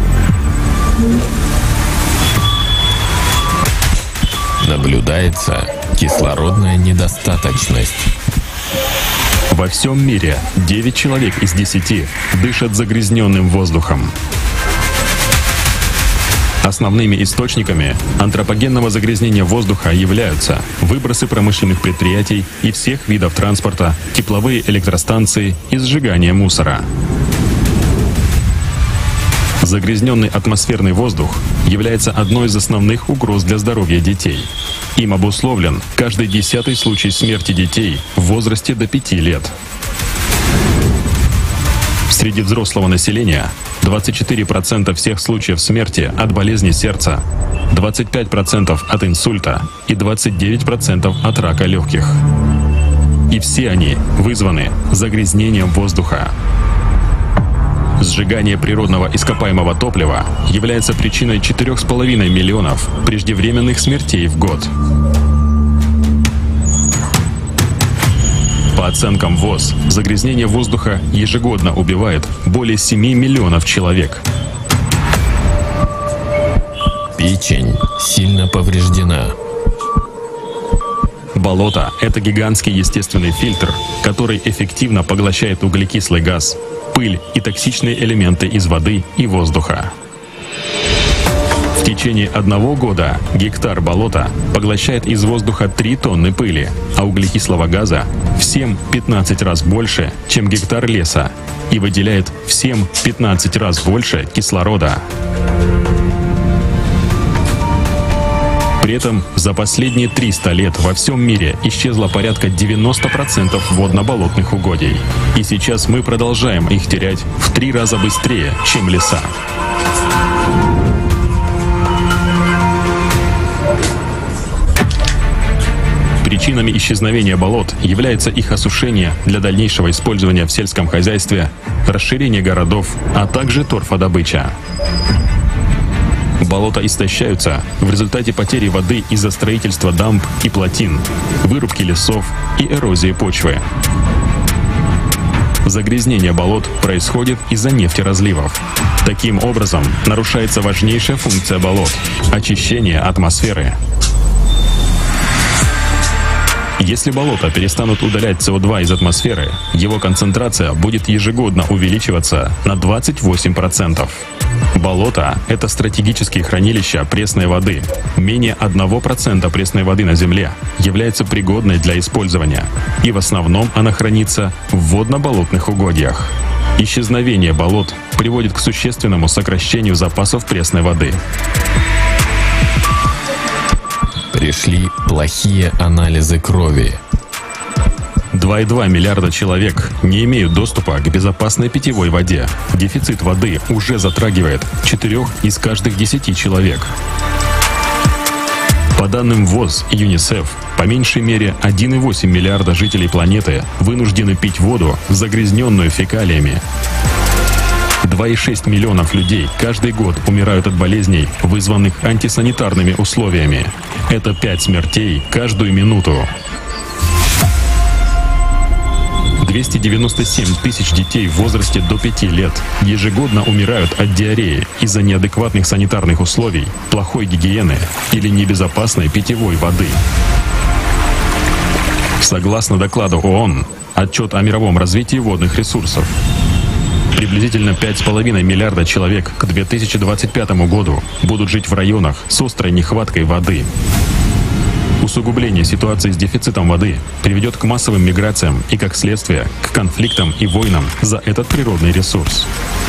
Наблюдается кислородная недостаточность. Во всем мире 9 человек из 10 дышат загрязненным воздухом. Основными источниками антропогенного загрязнения воздуха являются выбросы промышленных предприятий и всех видов транспорта, тепловые электростанции и сжигание мусора. Загрязненный атмосферный воздух является одной из основных угроз для здоровья детей. Им обусловлен каждый 10-й случай смерти детей в возрасте до 5 лет. Среди взрослого населения 24% всех случаев смерти от болезни сердца, 25% от инсульта и 29% от рака легких. И все они вызваны загрязнением воздуха. Сжигание природного ископаемого топлива является причиной 4,5 миллионов преждевременных смертей в год. По оценкам ВОЗ, загрязнение воздуха ежегодно убивает более 7 миллионов человек. Печень сильно повреждена. Болото — это гигантский естественный фильтр, который эффективно поглощает углекислый газ, пыль и токсичные элементы из воды и воздуха. В течение 1 года гектар болота поглощает из воздуха 3 тонны пыли, а углекислого газа в 7-15 раз больше, чем гектар леса, и выделяет в 7-15 раз больше кислорода. При этом за последние 300 лет во всем мире исчезло порядка 90% водно-болотных угодий. И сейчас мы продолжаем их терять в 3 раза быстрее, чем леса. Причинами исчезновения болот является их осушение для дальнейшего использования в сельском хозяйстве, расширение городов, а также торфодобыча. Болота истощаются в результате потери воды из-за строительства дамб и плотин, вырубки лесов и эрозии почвы. Загрязнение болот происходит из-за нефтеразливов. Таким образом, нарушается важнейшая функция болот – очищение атмосферы. Если болота перестанут удалять СО2 из атмосферы, его концентрация будет ежегодно увеличиваться на 28%. Болото — это стратегические хранилища пресной воды. Менее 1% пресной воды на Земле является пригодной для использования, и в основном она хранится в водно-болотных угодьях. Исчезновение болот приводит к существенному сокращению запасов пресной воды. Пришли плохие анализы крови. 2,2 миллиарда человек не имеют доступа к безопасной питьевой воде. Дефицит воды уже затрагивает 4 из каждых 10 человек. По данным ВОЗ и ЮНИСЕФ, по меньшей мере 1,8 миллиарда жителей планеты вынуждены пить воду, загрязненную фекалиями. 2,6 миллионов людей каждый год умирают от болезней, вызванных антисанитарными условиями. Это 5 смертей каждую минуту. 297 тысяч детей в возрасте до 5 лет ежегодно умирают от диареи из-за неадекватных санитарных условий, плохой гигиены или небезопасной питьевой воды. Согласно докладу ООН, отчет о мировом развитии водных ресурсов, приблизительно 5,5 миллиарда человек к 2025 году будут жить в районах с острой нехваткой воды. Усугубление ситуации с дефицитом воды приведет к массовым миграциям и, как следствие, к конфликтам и войнам за этот природный ресурс.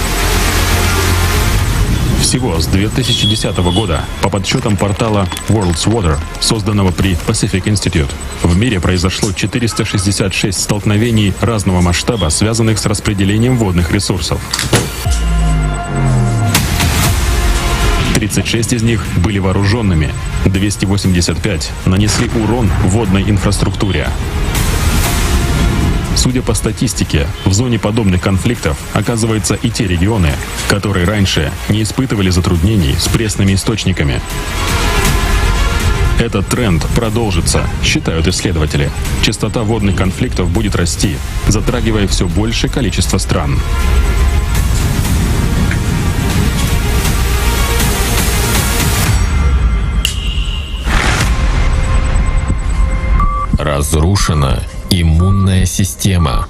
Всего с 2010 года, по подсчетам портала World's Water, созданного при Pacific Institute, в мире произошло 466 столкновений разного масштаба, связанных с распределением водных ресурсов. 36 из них были вооруженными, 285 нанесли урон водной инфраструктуре. Судя по статистике, в зоне подобных конфликтов оказываются и те регионы, которые раньше не испытывали затруднений с пресными источниками. Этот тренд продолжится, считают исследователи. Частота водных конфликтов будет расти, затрагивая все большее количество стран. Разрушена иммунная система.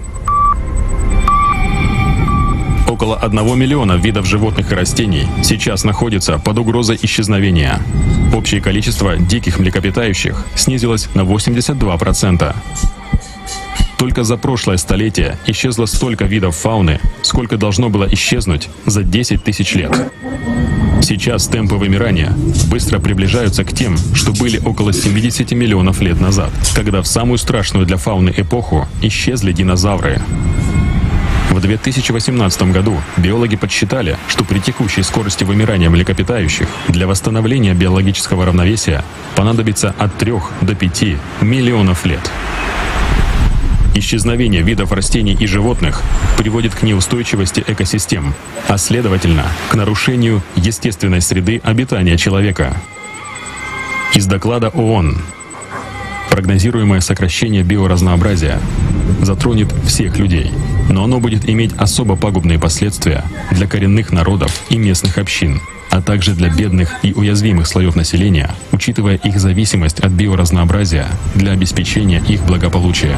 Около 1 миллиона видов животных и растений сейчас находится под угрозой исчезновения. Общее количество диких млекопитающих снизилось на 82%. Только за прошлое столетие исчезло столько видов фауны, сколько должно было исчезнуть за 10 тысяч лет. Сейчас темпы вымирания быстро приближаются к тем, что были около 70 миллионов лет назад, когда в самую страшную для фауны эпоху исчезли динозавры. В 2018 году биологи подсчитали, что при текущей скорости вымирания млекопитающих для восстановления биологического равновесия понадобится от 3 до 5 миллионов лет. Исчезновение видов растений и животных приводит к неустойчивости экосистем, а следовательно, к нарушению естественной среды обитания человека. Из доклада ООН прогнозируемое сокращение биоразнообразия затронет всех людей, но оно будет иметь особо пагубные последствия для коренных народов и местных общин, а также для бедных и уязвимых слоев населения, учитывая их зависимость от биоразнообразия для обеспечения их благополучия.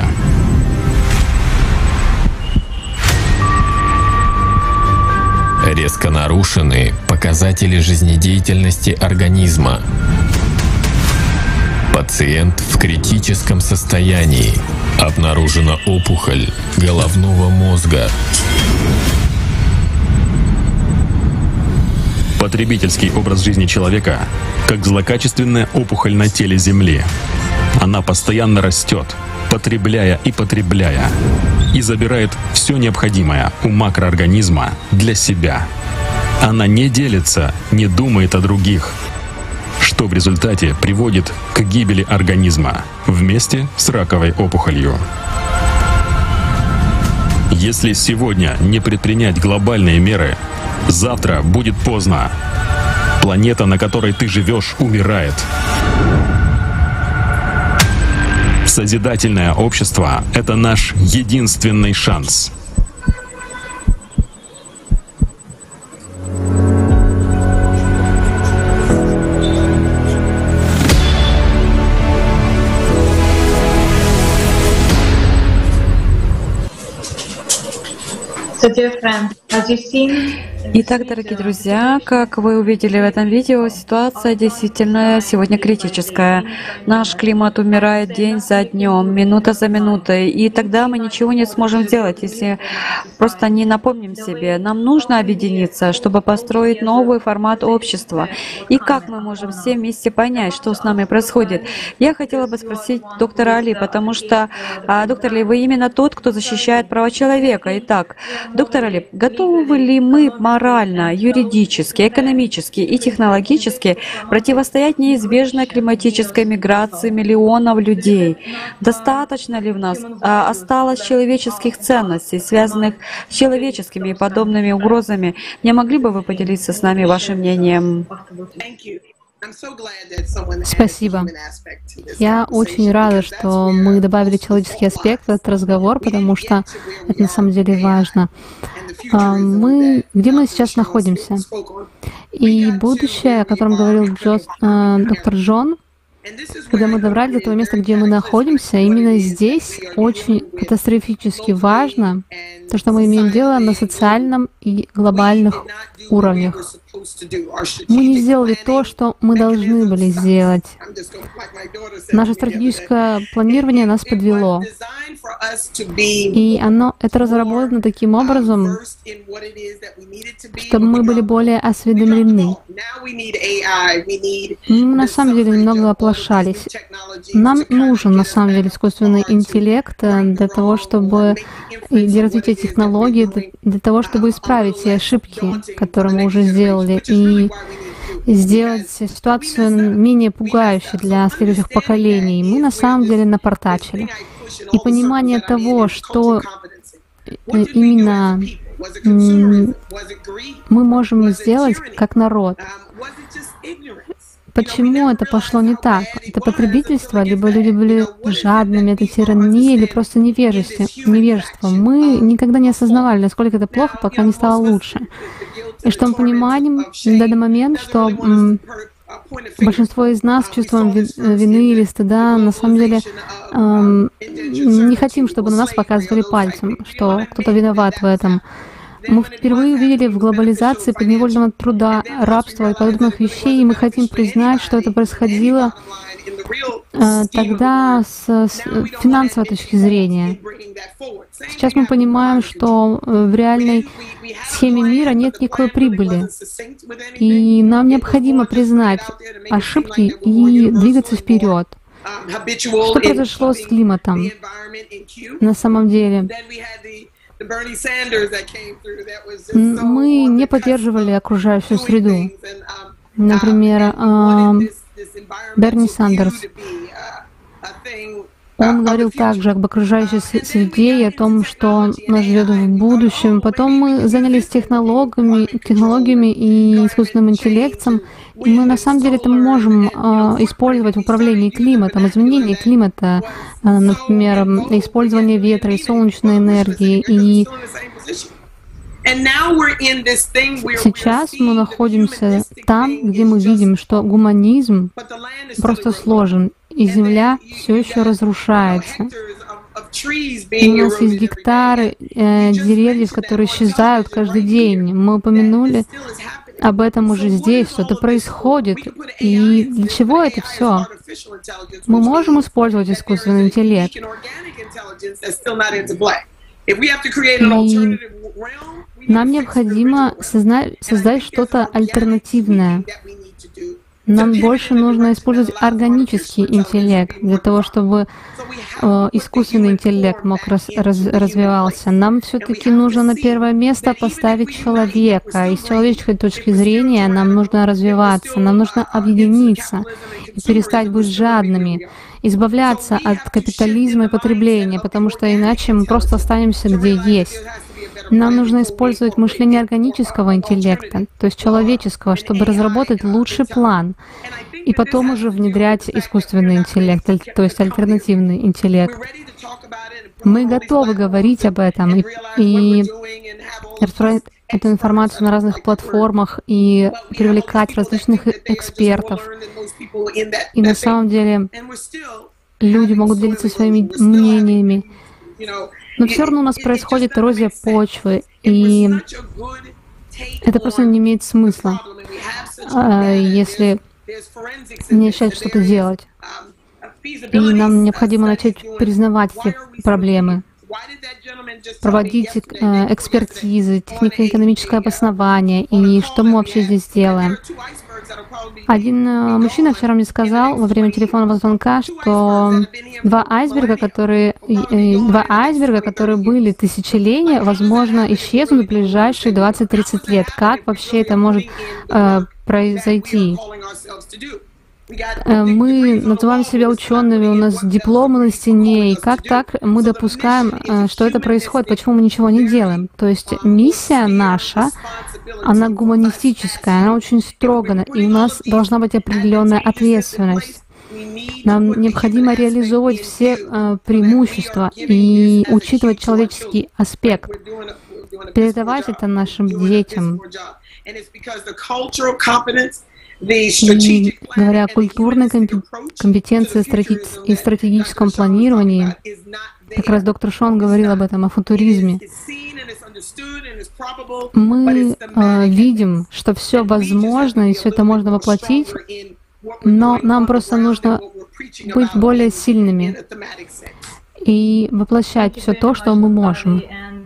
Резко нарушены показатели жизнедеятельности организма. Пациент в критическом состоянии. Обнаружена опухоль головного мозга. Потребительский образ жизни человека как злокачественная опухоль на теле Земли. Она постоянно растет, потребляя и забирает все необходимое у макроорганизма для себя. Она не делится, не думает о других, что в результате приводит к гибели организма вместе с раковой опухолью. Если сегодня не предпринять глобальные меры, завтра будет поздно. Планета, на которой ты живешь, умирает. Созидательное общество — это наш единственный шанс. Итак, дорогие друзья, как вы увидели в этом видео, ситуация действительно сегодня критическая. Наш климат умирает день за днем, минута за минутой, и тогда мы ничего не сможем сделать, если просто не напомним себе. Нам нужно объединиться, чтобы построить новый формат общества. И как мы можем все вместе понять, что с нами происходит? Я хотела бы спросить доктора Али, потому что, доктор Али, вы именно тот, кто защищает права человека. Итак, доктор Али, готовы ли мы морально, юридически, экономически и технологически противостоять неизбежной климатической миграции миллионов людей? Достаточно ли в нас осталось человеческих ценностей, связанных с человеческими и подобными угрозами? Не могли бы вы поделиться с нами вашим мнением? Спасибо. Я очень рада, что мы добавили человеческий аспект в этот разговор, потому что это на самом деле важно. Где мы сейчас находимся? И будущее, о котором говорил доктор Джон, когда мы добрались до того места, где мы находимся, именно здесь очень катастрофически важно то, что мы имеем дело на социальном и глобальных уровнях. Мы не сделали то, что мы должны были сделать. Наше стратегическое планирование нас подвело. И это разработано таким образом, чтобы мы были более осведомлены. Мы на самом деле немного оплошались. Нам нужен на самом деле искусственный интеллект для того, чтобы для развития технологий, для того, чтобы исправить те ошибки, которые мы уже сделали, и сделать ситуацию менее пугающей для следующих поколений. Мы на самом деле напортачили. И понимание того, что именно мы можем сделать как народ. Почему это пошло не так? Это потребительство, либо люди были жадными, это тирания, или просто невежество. Мы никогда не осознавали, насколько это плохо, пока не стало лучше. И что мы понимаем в данный момент, что большинство из нас чувствуем вины или стыда, на самом деле не хотим, чтобы на нас показывали пальцем, что кто-то виноват в этом. Мы впервые увидели в глобализации подневольного труда, рабства и подобных вещей, и мы хотим признать, что это происходило тогда с финансовой точки зрения. Сейчас мы понимаем, что в реальной схеме мира нет никакой прибыли. И нам необходимо признать ошибки и двигаться вперед. Что произошло с климатом на самом деле? Мы не поддерживали окружающую среду. Например, Берни Сандерс. Он говорил также об окружающей среде и о том, что нас ждет в будущем. Потом мы занялись технологиями и искусственным интеллектом. И мы на самом деле это можем использовать в управлении климатом, изменение климата, например, использование ветра и солнечной энергии. И сейчас мы находимся там, где мы видим, что гуманизм просто сложен, и земля все еще разрушается. И у нас есть гектары деревьев, которые исчезают каждый день. Мы упомянули об этом уже здесь, что-то происходит. И для чего это все? Мы можем использовать искусственный интеллект. И нам необходимо создать что-то альтернативное. Нам больше нужно использовать органический интеллект для того, чтобы искусственный интеллект мог развивался. Нам все-таки нужно на первое место поставить человека. И с человеческой точки зрения нам нужно развиваться, нам нужно объединиться и перестать быть жадными, избавляться от капитализма и потребления, потому что иначе мы просто останемся где есть. Нам нужно использовать мышление органического интеллекта, то есть человеческого, чтобы разработать лучший план, и потом уже внедрять искусственный интеллект, то есть альтернативный интеллект. Мы готовы говорить об этом и распространять эту информацию на разных платформах и привлекать различных экспертов. И на самом деле люди могут делиться своими мнениями. Но все равно у нас происходит эрозия почвы, и это просто не имеет смысла, если не начать что-то делать. И нам необходимо начать признавать эти проблемы, проводить экспертизы, технико-экономическое обоснование, и что мы вообще здесь делаем. Один мужчина вчера мне сказал во время телефонного звонка, что два айсберга, которые были тысячелетия, возможно, исчезнут в ближайшие 20-30 лет. Как вообще это может произойти? Мы называем себя учеными, у нас дипломы на стене, и как так мы допускаем, что это происходит, почему мы ничего не делаем? То есть миссия наша, она гуманистическая, она очень строгана, и у нас должна быть определенная ответственность. Нам необходимо реализовывать все преимущества и учитывать человеческий аспект, передавать это нашим детям. И говоря о культурной компетенции и стратегическом планировании, как раз доктор Шон говорил об этом, о футуризме. Мы видим, что все возможно и все это можно воплотить, но нам просто нужно быть более сильными и воплощать все то, что мы можем.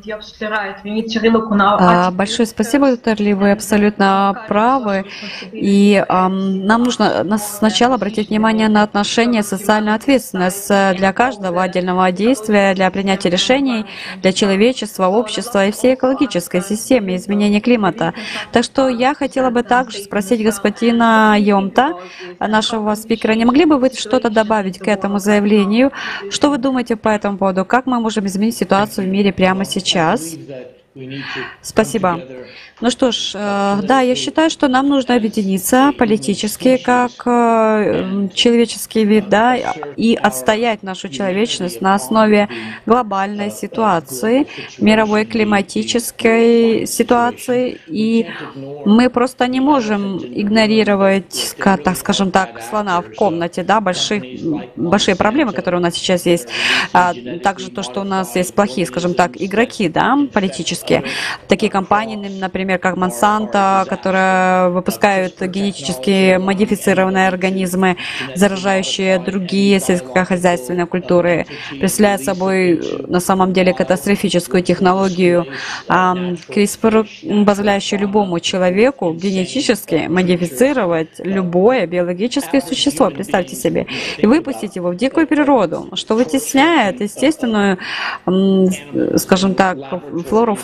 Большое спасибо, доктор Ли, вы абсолютно правы. И нам нужно сначала обратить внимание на отношения, социальную ответственность для каждого отдельного действия, для принятия решений, для человечества, общества и всей экологической системы изменения климата. Так что я хотела бы также спросить господина Йомта, нашего спикера, не могли бы вы что-то добавить к этому заявлению? Что вы думаете по этому поводу? Как мы можем изменить ситуацию в мире прямо сейчас? Спасибо. Ну что ж, да, я считаю, что нам нужно объединиться политически, как человеческий вид, да, и отстоять нашу человечность на основе глобальной ситуации, мировой климатической ситуации. И мы просто не можем игнорировать, так скажем так, слона в комнате, да, большие проблемы, которые у нас сейчас есть. Также то, что у нас есть плохие, скажем так, игроки, да, политические. Такие компании, например, как Monsanto, которые выпускают генетически модифицированные организмы, заражающие другие сельскохозяйственные культуры, представляют собой на самом деле катастрофическую технологию CRISPR, позволяющую любому человеку генетически модифицировать любое биологическое существо, представьте себе, и выпустить его в дикую природу, что вытесняет естественную, скажем так, флору,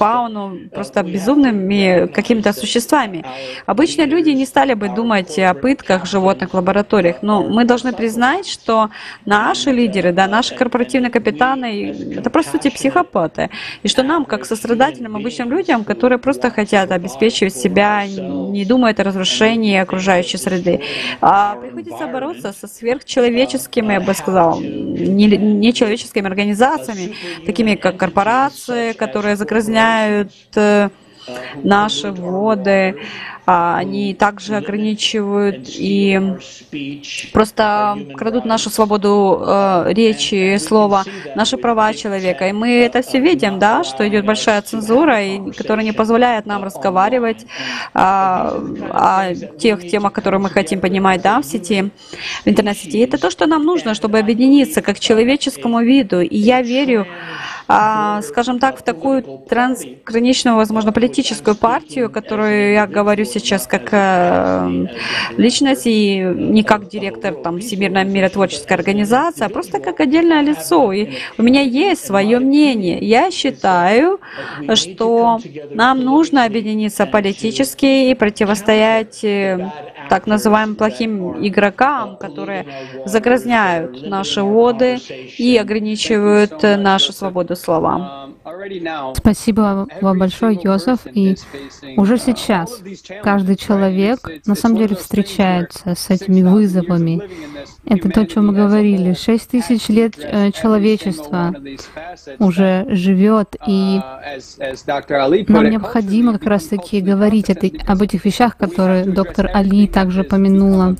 фауну просто безумными какими-то существами. Обычно люди не стали бы думать о пытках животных в лабораториях, но мы должны признать, что наши лидеры, да, наши корпоративные капитаны — это, по сути, психопаты. И что нам, как сострадательным обычным людям, которые просто хотят обеспечивать себя, не думают о разрушении окружающей среды, приходится бороться со сверхчеловеческими, я бы сказала, нечеловеческими организациями, такими как корпорации, которые загрязняют наши воды, они также ограничивают и просто крадут нашу свободу речи, слова, наши права человека. И мы это все видим, да, что идет большая цензура, которая не позволяет нам разговаривать о тех темах, которые мы хотим поднимать, да, в сети, в интернет-сети. Это то, что нам нужно, чтобы объединиться как человеческому виду. И я верю, скажем так, в такую трансграничную, возможно, политическую партию, которую я говорю сейчас как личность и не как директор там Всемирной миротворческой организации, а просто как отдельное лицо. И у меня есть свое мнение. Я считаю, что нам нужно объединиться политически и противостоять так называемым плохим игрокам, которые загрязняют наши воды и ограничивают нашу свободу слова. Спасибо вам большое, Йозеф. И уже сейчас каждый человек на самом деле встречается с этими вызовами. Это то, о чем мы говорили. 6000 лет человечества уже живет, и нам необходимо как раз-таки говорить об этих вещах, которые доктор Али также помянула.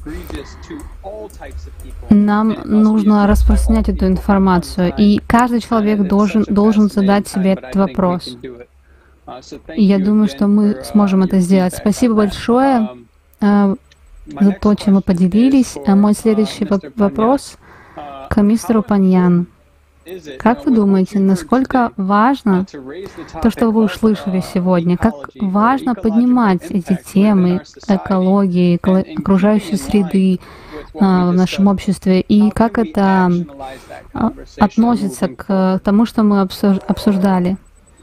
Нам нужно распространять эту информацию, и каждый человек должен задать себе этот вопрос. И я думаю, что мы сможем это сделать. Спасибо большое за то, чем вы поделились. Мой следующий вопрос к мистеру Паньян. Как вы думаете, насколько важно то, что вы услышали сегодня? Как важно поднимать эти темы экологии, окружающей среды в нашем обществе, и как это относится к тому, что мы обсуждали?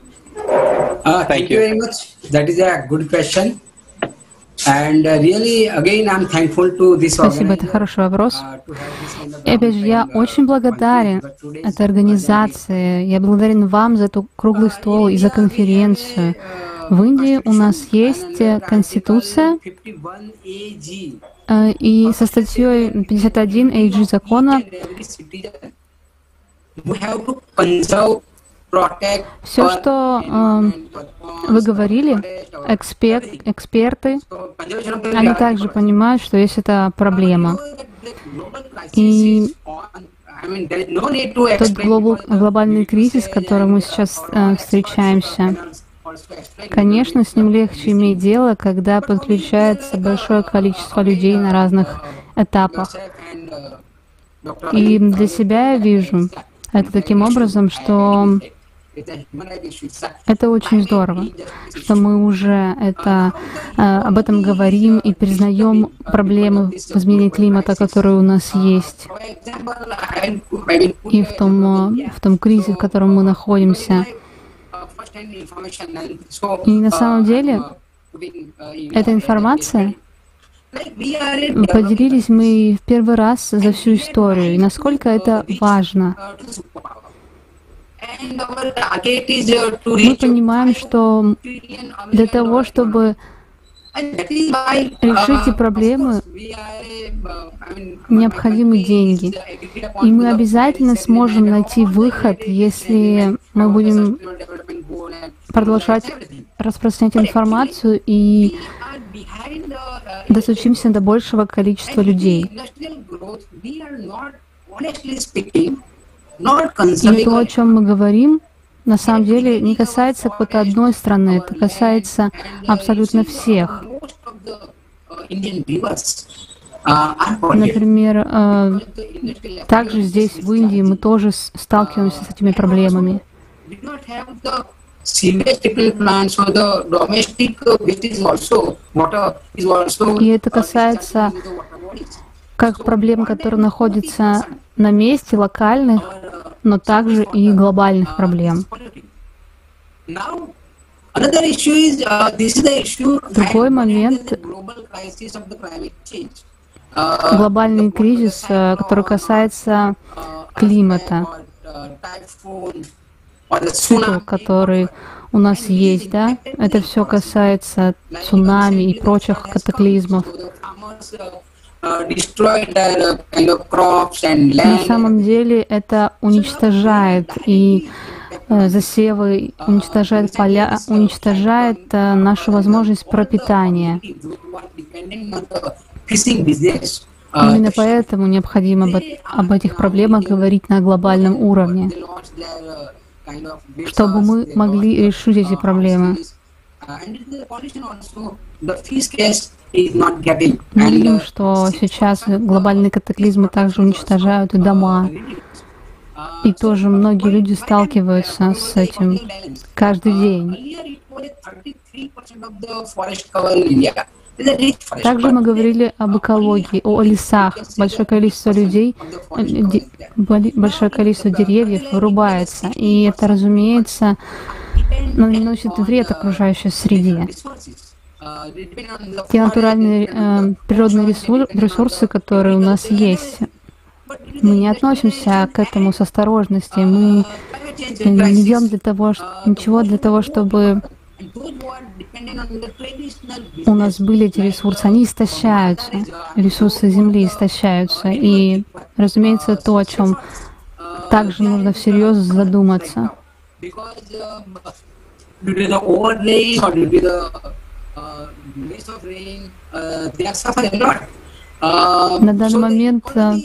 Спасибо, это хороший вопрос. И опять же, я очень благодарен этой организации, я благодарен вам за этот круглый стол и за конференцию. В Индии у нас есть конституция, и со статьей 51 AG закона все, что вы говорили, эксперты, они также понимают, что есть эта проблема. И тот глобальный кризис, с которым мы сейчас встречаемся, конечно, с ним легче иметь дело, когда подключается большое количество людей на разных этапах. И для себя я вижу это таким образом, что это очень здорово, что мы уже об этом говорим и признаем проблемы изменения климата, которые у нас есть, и в том кризисе, в котором мы находимся. И на самом деле эта информация поделились мы в первый раз за всю историю, и насколько это важно. Мы понимаем, что для того, чтобы решить эти проблемы, необходимы деньги. И мы обязательно сможем найти выход, если мы будем продолжать распространять информацию и достучимся до большего количества людей. И то, о чем мы говорим, на самом деле не касается какой-то одной страны, это касается абсолютно всех. Например, также здесь, в Индии, мы тоже сталкиваемся с этими проблемами. И это касается как проблем, которые находятся на месте, локальных, но также и глобальных проблем. Другой момент — глобальный кризис, который касается климата, цикл, который у нас есть, да? Это все касается цунами и прочих катаклизмов. На самом деле это уничтожает и засевы, уничтожает поля, уничтожает нашу возможность пропитания. Именно поэтому необходимо об этих проблемах говорить на глобальном уровне, чтобы мы могли решить эти проблемы. Мы видим, что сейчас глобальные катаклизмы также уничтожают и дома. И тоже многие люди сталкиваются с этим каждый день. Также мы говорили об экологии, о лесах. Большое количество людей, большое количество деревьев вырубается. И это, разумеется, наносит вред окружающей среде. Те натуральные природные ресурсы, которые у нас есть, мы не относимся к этому с осторожностью. Мы не делаем ничего для того, чтобы у нас были эти ресурсы. Они истощаются, ресурсы Земли истощаются. И, разумеется, то, о чем также нужно всерьез задуматься. На данный момент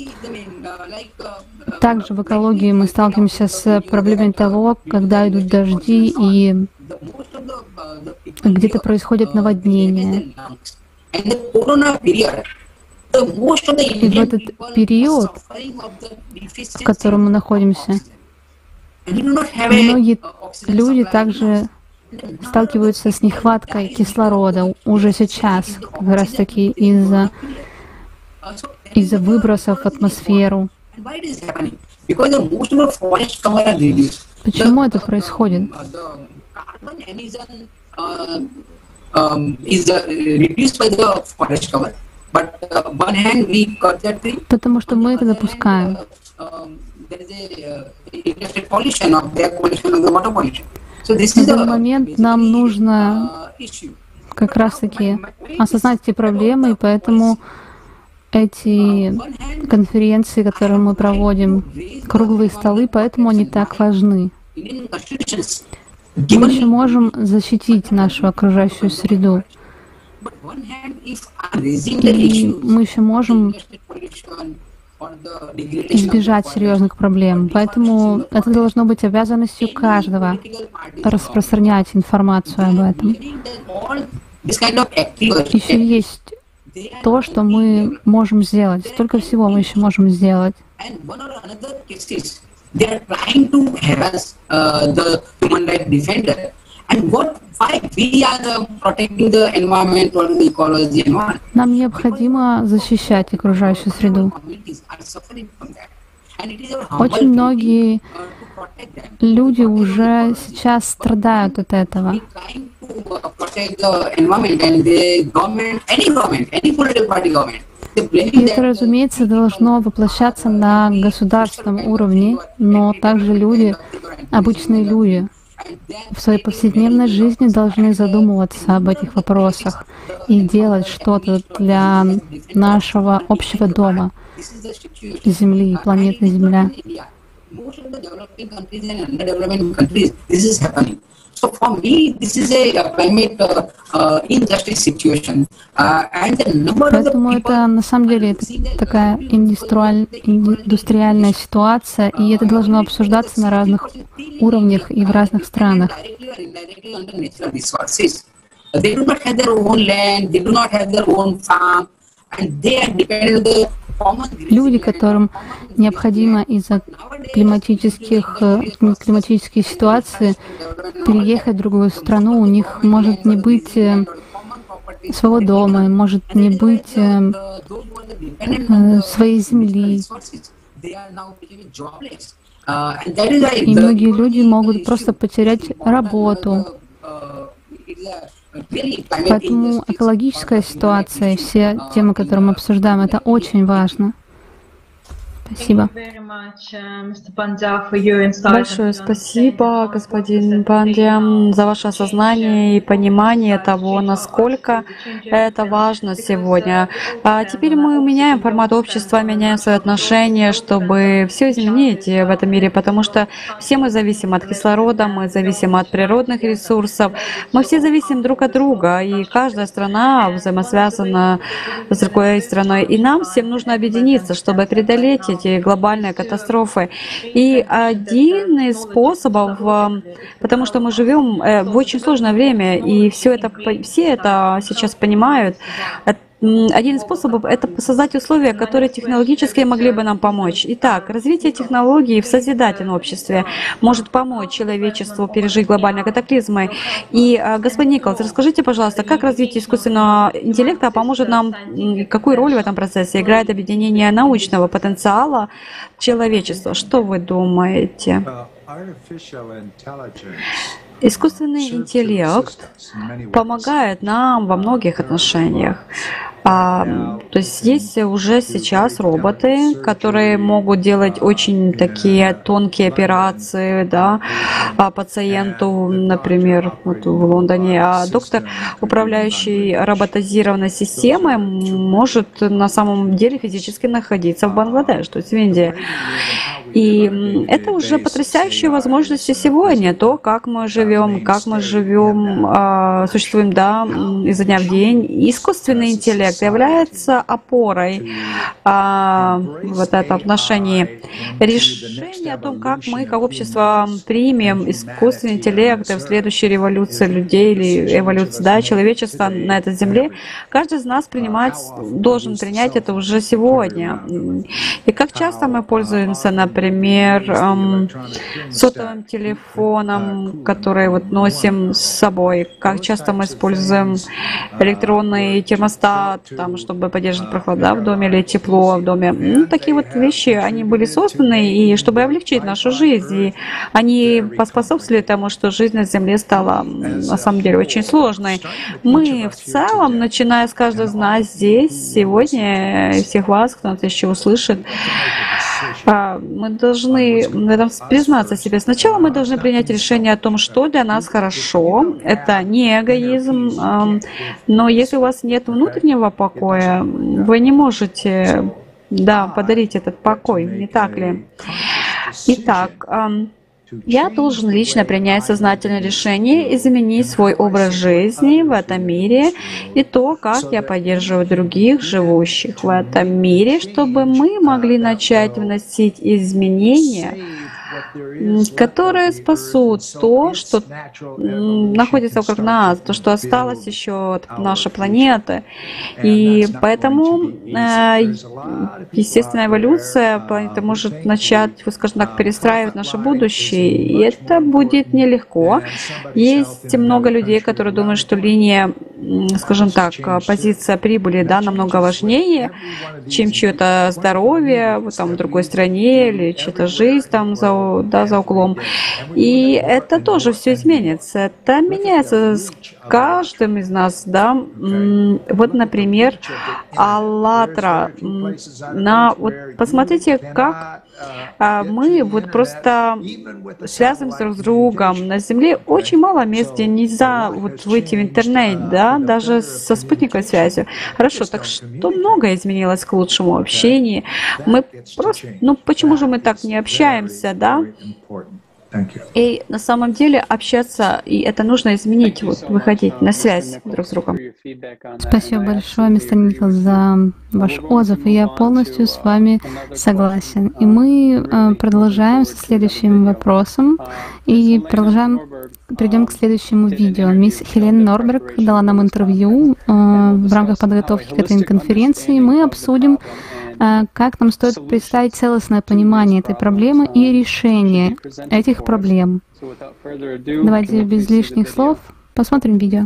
также в экологии мы сталкиваемся с проблемой того, когда идут дожди и где-то происходят наводнения. И в этот период, в котором мы находимся, многие люди также сталкиваются с нехваткой кислорода уже сейчас, как раз таки из-за выбросов в атмосферу. Почему это происходит? Потому что мы это допускаем. В данный момент нам нужно как раз-таки осознать эти проблемы, и поэтому эти конференции, которые мы проводим, круглые столы, поэтому они так важны. Мы еще можем защитить нашу окружающую среду. И мы еще можем избежать серьезных проблем. Поэтому это должно быть обязанностью каждого распространять информацию об этом. Еще есть то, что мы можем сделать. Столько всего мы еще можем сделать. Нам необходимо защищать окружающую среду. Очень многие люди уже сейчас страдают от этого. И это, разумеется, должно воплощаться на государственном уровне, но также люди, обычные люди, в своей повседневной жизни должны задумываться об этих вопросах и делать что-то для нашего общего дома, Земли, планеты Земля. Поэтому это на самом деле такая индустриальная ситуация, и это должно обсуждаться на разных уровнях и в разных странах. Люди, которым необходимо из-за климатических ситуаций переехать в другую страну, у них может не быть своего дома, может не быть своей земли. И многие люди могут просто потерять работу. Поэтому экологическая ситуация и все темы, которые мы обсуждаем, это очень важно. Спасибо. Большое спасибо, господин Пандя, за ваше осознание и понимание того, насколько это важно сегодня. А теперь мы меняем формат общества, меняем свои отношения, чтобы все изменить в этом мире, потому что все мы зависим от кислорода, мы зависим от природных ресурсов, мы все зависим друг от друга, и каждая страна взаимосвязана с другой страной. И нам всем нужно объединиться, чтобы преодолеть эти глобальные катастрофы. И один из способов, потому что мы живем в очень сложное время, и все это сейчас понимают, один из способов — это создать условия, которые технологически могли бы нам помочь. Итак, развитие технологий в созидательном обществе может помочь человечеству пережить глобальные катаклизмы. И, господин Николас, расскажите, пожалуйста, как развитие искусственного интеллекта поможет нам, какую роль в этом процессе играет объединение научного потенциала человечества? Что вы думаете? Искусственный интеллект помогает нам во многих отношениях. То есть есть уже сейчас роботы, которые могут делать очень такие тонкие операции, да, пациенту, например, вот в Лондоне. А доктор, управляющий роботизированной системой, может на самом деле физически находиться в Бангладеш, то есть в Индии. И это уже потрясающие возможности сегодня, то, как мы живем, существуем, да, изо дня в день. Искусственный интеллект является опорой вот это отношении. Решение о том, как мы, как общество, примем искусственный интеллект в следующей революции людей или эволюции, да, человечества на этой земле, каждый из нас должен принять это уже сегодня. И как часто мы пользуемся, например, сотовым телефоном, который вот носим с собой, как часто мы используем электронный термостат, там, чтобы поддерживать прохладу в доме или тепло в доме. Ну, такие вот вещи, они были созданы, и чтобы облегчить нашу жизнь, и они поспособствовали тому, что жизнь на Земле стала на самом деле очень сложной. Мы в целом, начиная с каждого из нас здесь, сегодня, и всех вас, кто нас еще услышит, мы должны в этом признаться себе. Сначала мы должны принять решение о том, что для нас хорошо. Это не эгоизм, но если у вас нет внутреннего покоя, вы не можете, да, подарить этот покой, не так ли? Итак, я должен лично принять сознательное решение изменить свой образ жизни в этом мире и то, как я поддерживаю других, живущих в этом мире, чтобы мы могли начать вносить изменения, которые спасут то, что находится вокруг нас, то, что осталось еще от нашей планеты. И поэтому естественная эволюция планеты может начать, скажем так, перестраивать наше будущее. И это будет нелегко. Есть много людей, которые думают, что линия, скажем так, позиция прибыли, да, намного важнее, чем чье-то здоровье там, в другой стране или чья-то жизнь там за углом. И это тоже все изменится. Это меняется с каждым из нас, да. Вот, например, АЛЛАТРА. Вот посмотрите, как мы вот просто связываемся друг с другом. На Земле очень мало мест, где нельзя вот выйти в интернет, да, даже со спутниковой связью. Хорошо, так что много изменилось к лучшему в общении. Мы просто, почему же мы так не общаемся, да? И на самом деле общаться, и это нужно изменить, вот, выходить на связь друг с другом. Спасибо большое, мистер Николас, за ваш отзыв, и я полностью с вами согласен. И мы продолжаем со следующим вопросом, и перейдем к следующему видео. Мисс Хелена Норберг дала нам интервью в рамках подготовки к этой конференции. Мы обсудим, как нам стоит представить целостное понимание этой проблемы и решение этих проблем. Давайте без лишних слов посмотрим видео.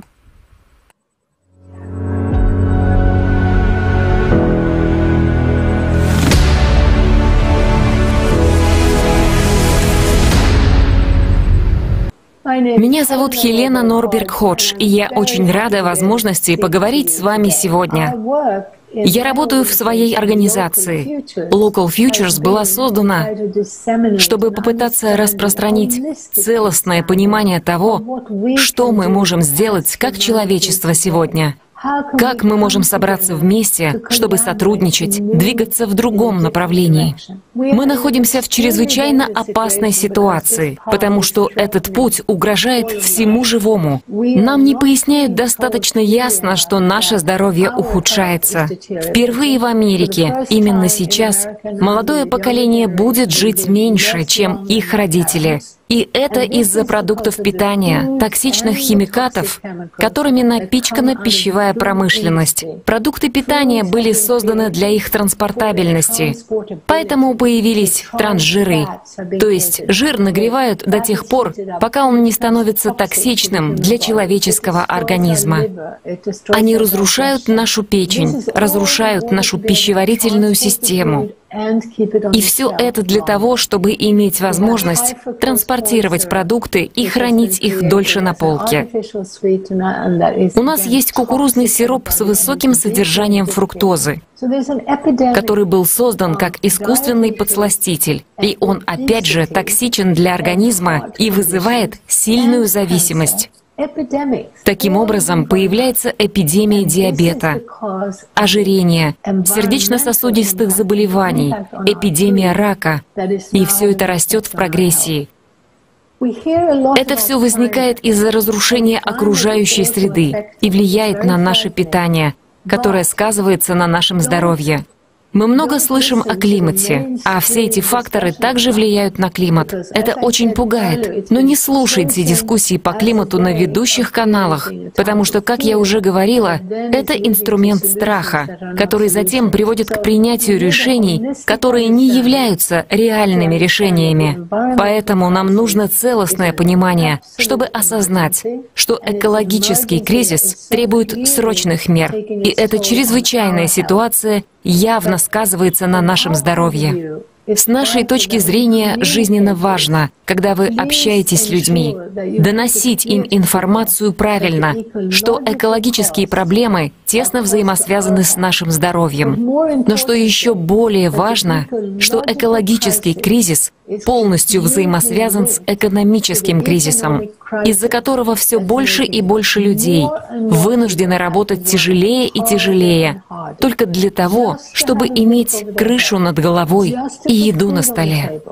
Меня зовут Хелена Норберг-Ходж, и я очень рада возможности поговорить с вами сегодня. Я работаю в своей организации. Local Futures была создана, чтобы попытаться распространить целостное понимание того, что мы можем сделать как человечество сегодня. Как мы можем собраться вместе, чтобы сотрудничать, двигаться в другом направлении? Мы находимся в чрезвычайно опасной ситуации, потому что этот путь угрожает всему живому. Нам не поясняют достаточно ясно, что наше здоровье ухудшается. Впервые в Америке, именно сейчас, молодое поколение будет жить меньше, чем их родители. И это из-за продуктов питания, токсичных химикатов, которыми напичкана пищевая промышленность. Продукты питания были созданы для их транспортабельности, поэтому появились трансжиры. То есть жир нагревают до тех пор, пока он не становится токсичным для человеческого организма. Они разрушают нашу печень, разрушают нашу пищеварительную систему. И все это для того, чтобы иметь возможность транспортировать продукты и хранить их дольше на полке. У нас есть кукурузный сироп с высоким содержанием фруктозы, который был создан как искусственный подсластитель. И он опять же токсичен для организма и вызывает сильную зависимость. Таким образом, появляется эпидемия диабета, ожирения, сердечно-сосудистых заболеваний, эпидемия рака. И все это растет в прогрессии. Это все возникает из-за разрушения окружающей среды и влияет на наше питание, которое сказывается на нашем здоровье. Мы много слышим о климате, а все эти факторы также влияют на климат. Это очень пугает. Но не слушайте дискуссии по климату на ведущих каналах, потому что, как я уже говорила, это инструмент страха, который затем приводит к принятию решений, которые не являются реальными решениями. Поэтому нам нужно целостное понимание, чтобы осознать, что экологический кризис требует срочных мер, и эта чрезвычайная ситуация явно сказывается на нашем здоровье. С нашей точки зрения жизненно важно, когда вы общаетесь с людьми, доносить им информацию правильно, что экологические проблемы тесно взаимосвязаны с нашим здоровьем. Но что еще более важно, что экологический кризис полностью взаимосвязан с экономическим кризисом, из-за которого все больше и больше людей вынуждены работать тяжелее и тяжелее, только для того, чтобы иметь крышу над головой и еду на столе.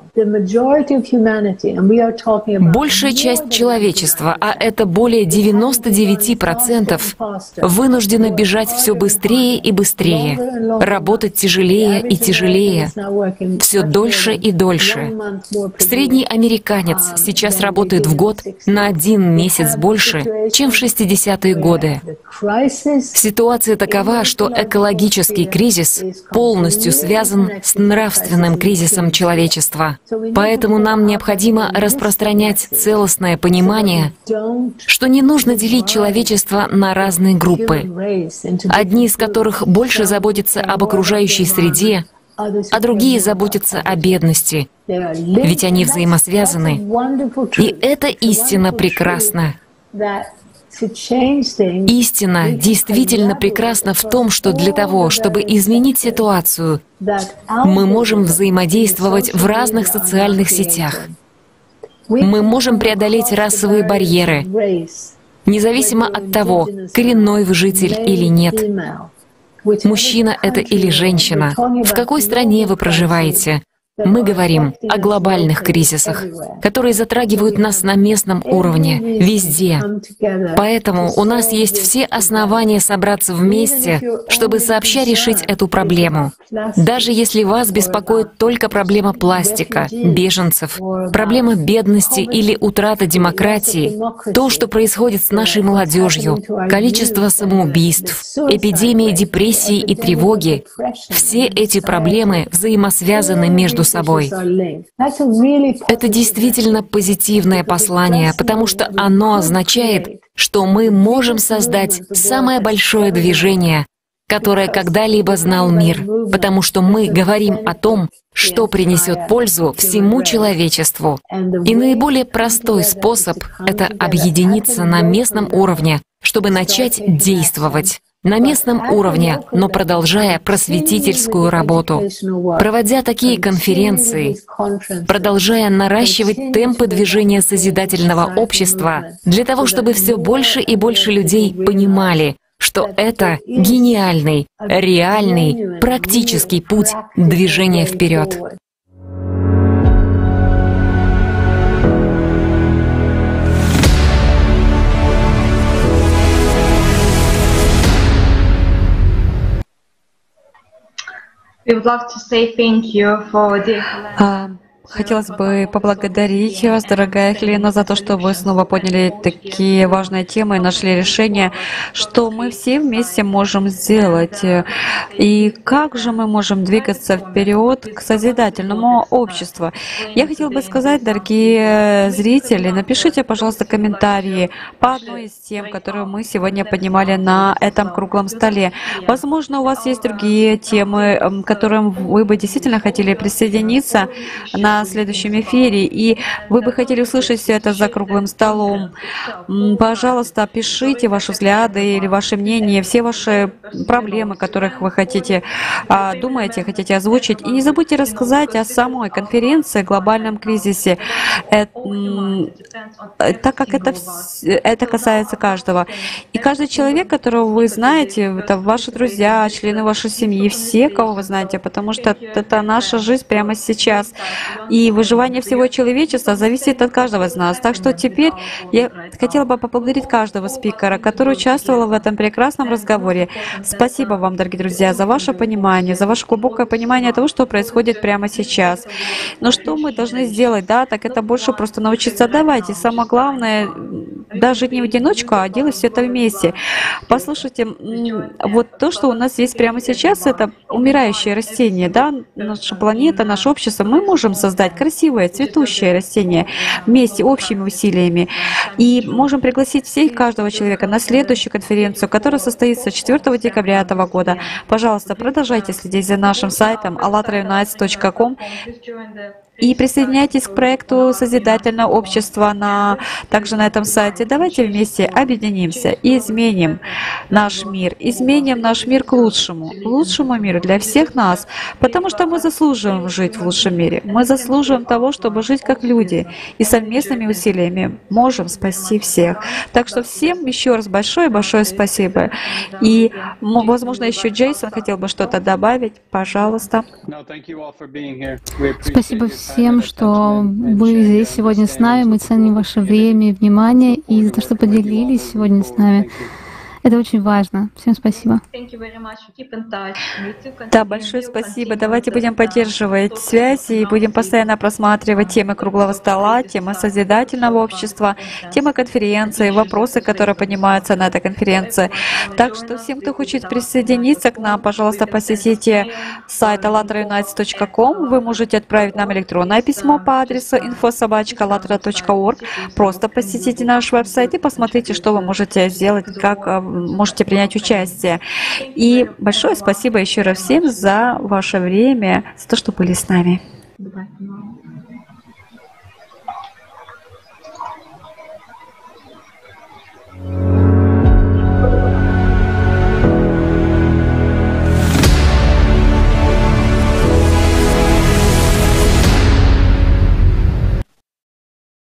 Большая часть человечества, а это более 99%, вынуждена бежать все быстрее и быстрее, работать тяжелее и тяжелее, все дольше и дольше. Средний американец сейчас работает в год на 1 месяц больше, чем в 60-е годы. Ситуация такова, что экологический кризис полностью связан с нравственным кризисом человечества. Поэтому нам необходимо распространять целостное понимание, что не нужно делить человечество на разные группы, одни из которых больше заботятся об окружающей среде, а другие заботятся о бедности, ведь они взаимосвязаны. И эта истина прекрасна. Истина действительно прекрасна в том, что для того, чтобы изменить ситуацию, мы можем взаимодействовать в разных социальных сетях. Мы можем преодолеть расовые барьеры, независимо от того, коренной вы житель или нет. Мужчина это или женщина, в какой стране вы проживаете. Мы говорим о глобальных кризисах, которые затрагивают нас на местном уровне, везде. Поэтому у нас есть все основания собраться вместе, чтобы сообща решить эту проблему. Даже если вас беспокоит только проблема пластика, беженцев, проблема бедности или утрата демократии, то, что происходит с нашей молодежью, количество самоубийств, эпидемия депрессии и тревоги, все эти проблемы взаимосвязаны между собой. Это действительно позитивное послание, потому что оно означает, что мы можем создать самое большое движение, которое когда-либо знал мир, потому что мы говорим о том, что принесет пользу всему человечеству. И наиболее простой способ — это объединиться на местном уровне, чтобы начать действовать. На местном уровне, но продолжая просветительскую работу, проводя такие конференции, продолжая наращивать темпы движения созидательного общества, для того, чтобы все больше и больше людей понимали, что это гениальный, реальный, практический путь движения вперед. We would love to say thank you for the Хотелось бы поблагодарить вас, дорогая Хелена, за то, что вы снова подняли такие важные темы и нашли решение, что мы все вместе можем сделать. И как же мы можем двигаться вперед к созидательному обществу? Я хотела бы сказать, дорогие зрители, напишите, пожалуйста, комментарии по одной из тем, которую мы сегодня поднимали на этом круглом столе. Возможно, у вас есть другие темы, к которым вы бы действительно хотели присоединиться на следующем эфире, и вы бы хотели услышать все это за круглым столом. Пожалуйста, пишите ваши взгляды или ваши мнения, все ваши проблемы, которых вы хотите, думаете, хотите озвучить. И не забудьте рассказать о самой конференции «Глобальном кризисе», так как это касается каждого. И каждый человек, которого вы знаете, это ваши друзья, члены вашей семьи, все, кого вы знаете, потому что это наша жизнь прямо сейчас. И выживание всего человечества зависит от каждого из нас. Так что теперь я хотела бы поблагодарить каждого спикера, который участвовал в этом прекрасном разговоре. Спасибо вам, дорогие друзья, за ваше понимание, за ваше глубокое понимание того, что происходит прямо сейчас. Но что мы должны сделать, да, так это больше просто научиться отдавать. И самое главное, даже не в одиночку, а делать все это вместе. Послушайте, вот то, что у нас есть прямо сейчас, это умирающее растение, да, наша планета, наше общество. Мы можем создать красивое, цветущее растение вместе, общими усилиями. И можем пригласить всех, каждого человека на следующую конференцию, которая состоится 4 декабря этого года. Пожалуйста, продолжайте следить за нашим сайтом allatraunites.com и присоединяйтесь к проекту «Созидательное общество» также на этом сайте. Давайте вместе объединимся и изменим наш мир к лучшему миру для всех нас, потому что мы заслуживаем жить в лучшем мире. Мы заслуживаем того, чтобы жить как люди, и совместными усилиями можем спасти всех. Так что всем еще раз большое-большое спасибо. И, возможно, еще Джейсон хотел бы что-то добавить. Пожалуйста. Спасибо всем, что были здесь сегодня с нами. Мы ценим ваше время и внимание, и за то, что поделились сегодня с нами. Это очень важно. Всем спасибо. Да, большое спасибо. Давайте будем поддерживать связь и будем постоянно просматривать темы круглого стола, темы созидательного общества, темы конференции, вопросы, которые поднимаются на этой конференции. Так что всем, кто хочет присоединиться к нам, пожалуйста, посетите сайт allatraunites.com. Вы можете отправить нам электронное письмо по адресу info@allatra.org. Просто посетите наш веб-сайт и посмотрите, что вы можете сделать, как можете принять участие. И большое спасибо еще раз всем за ваше время, за то, что были с нами.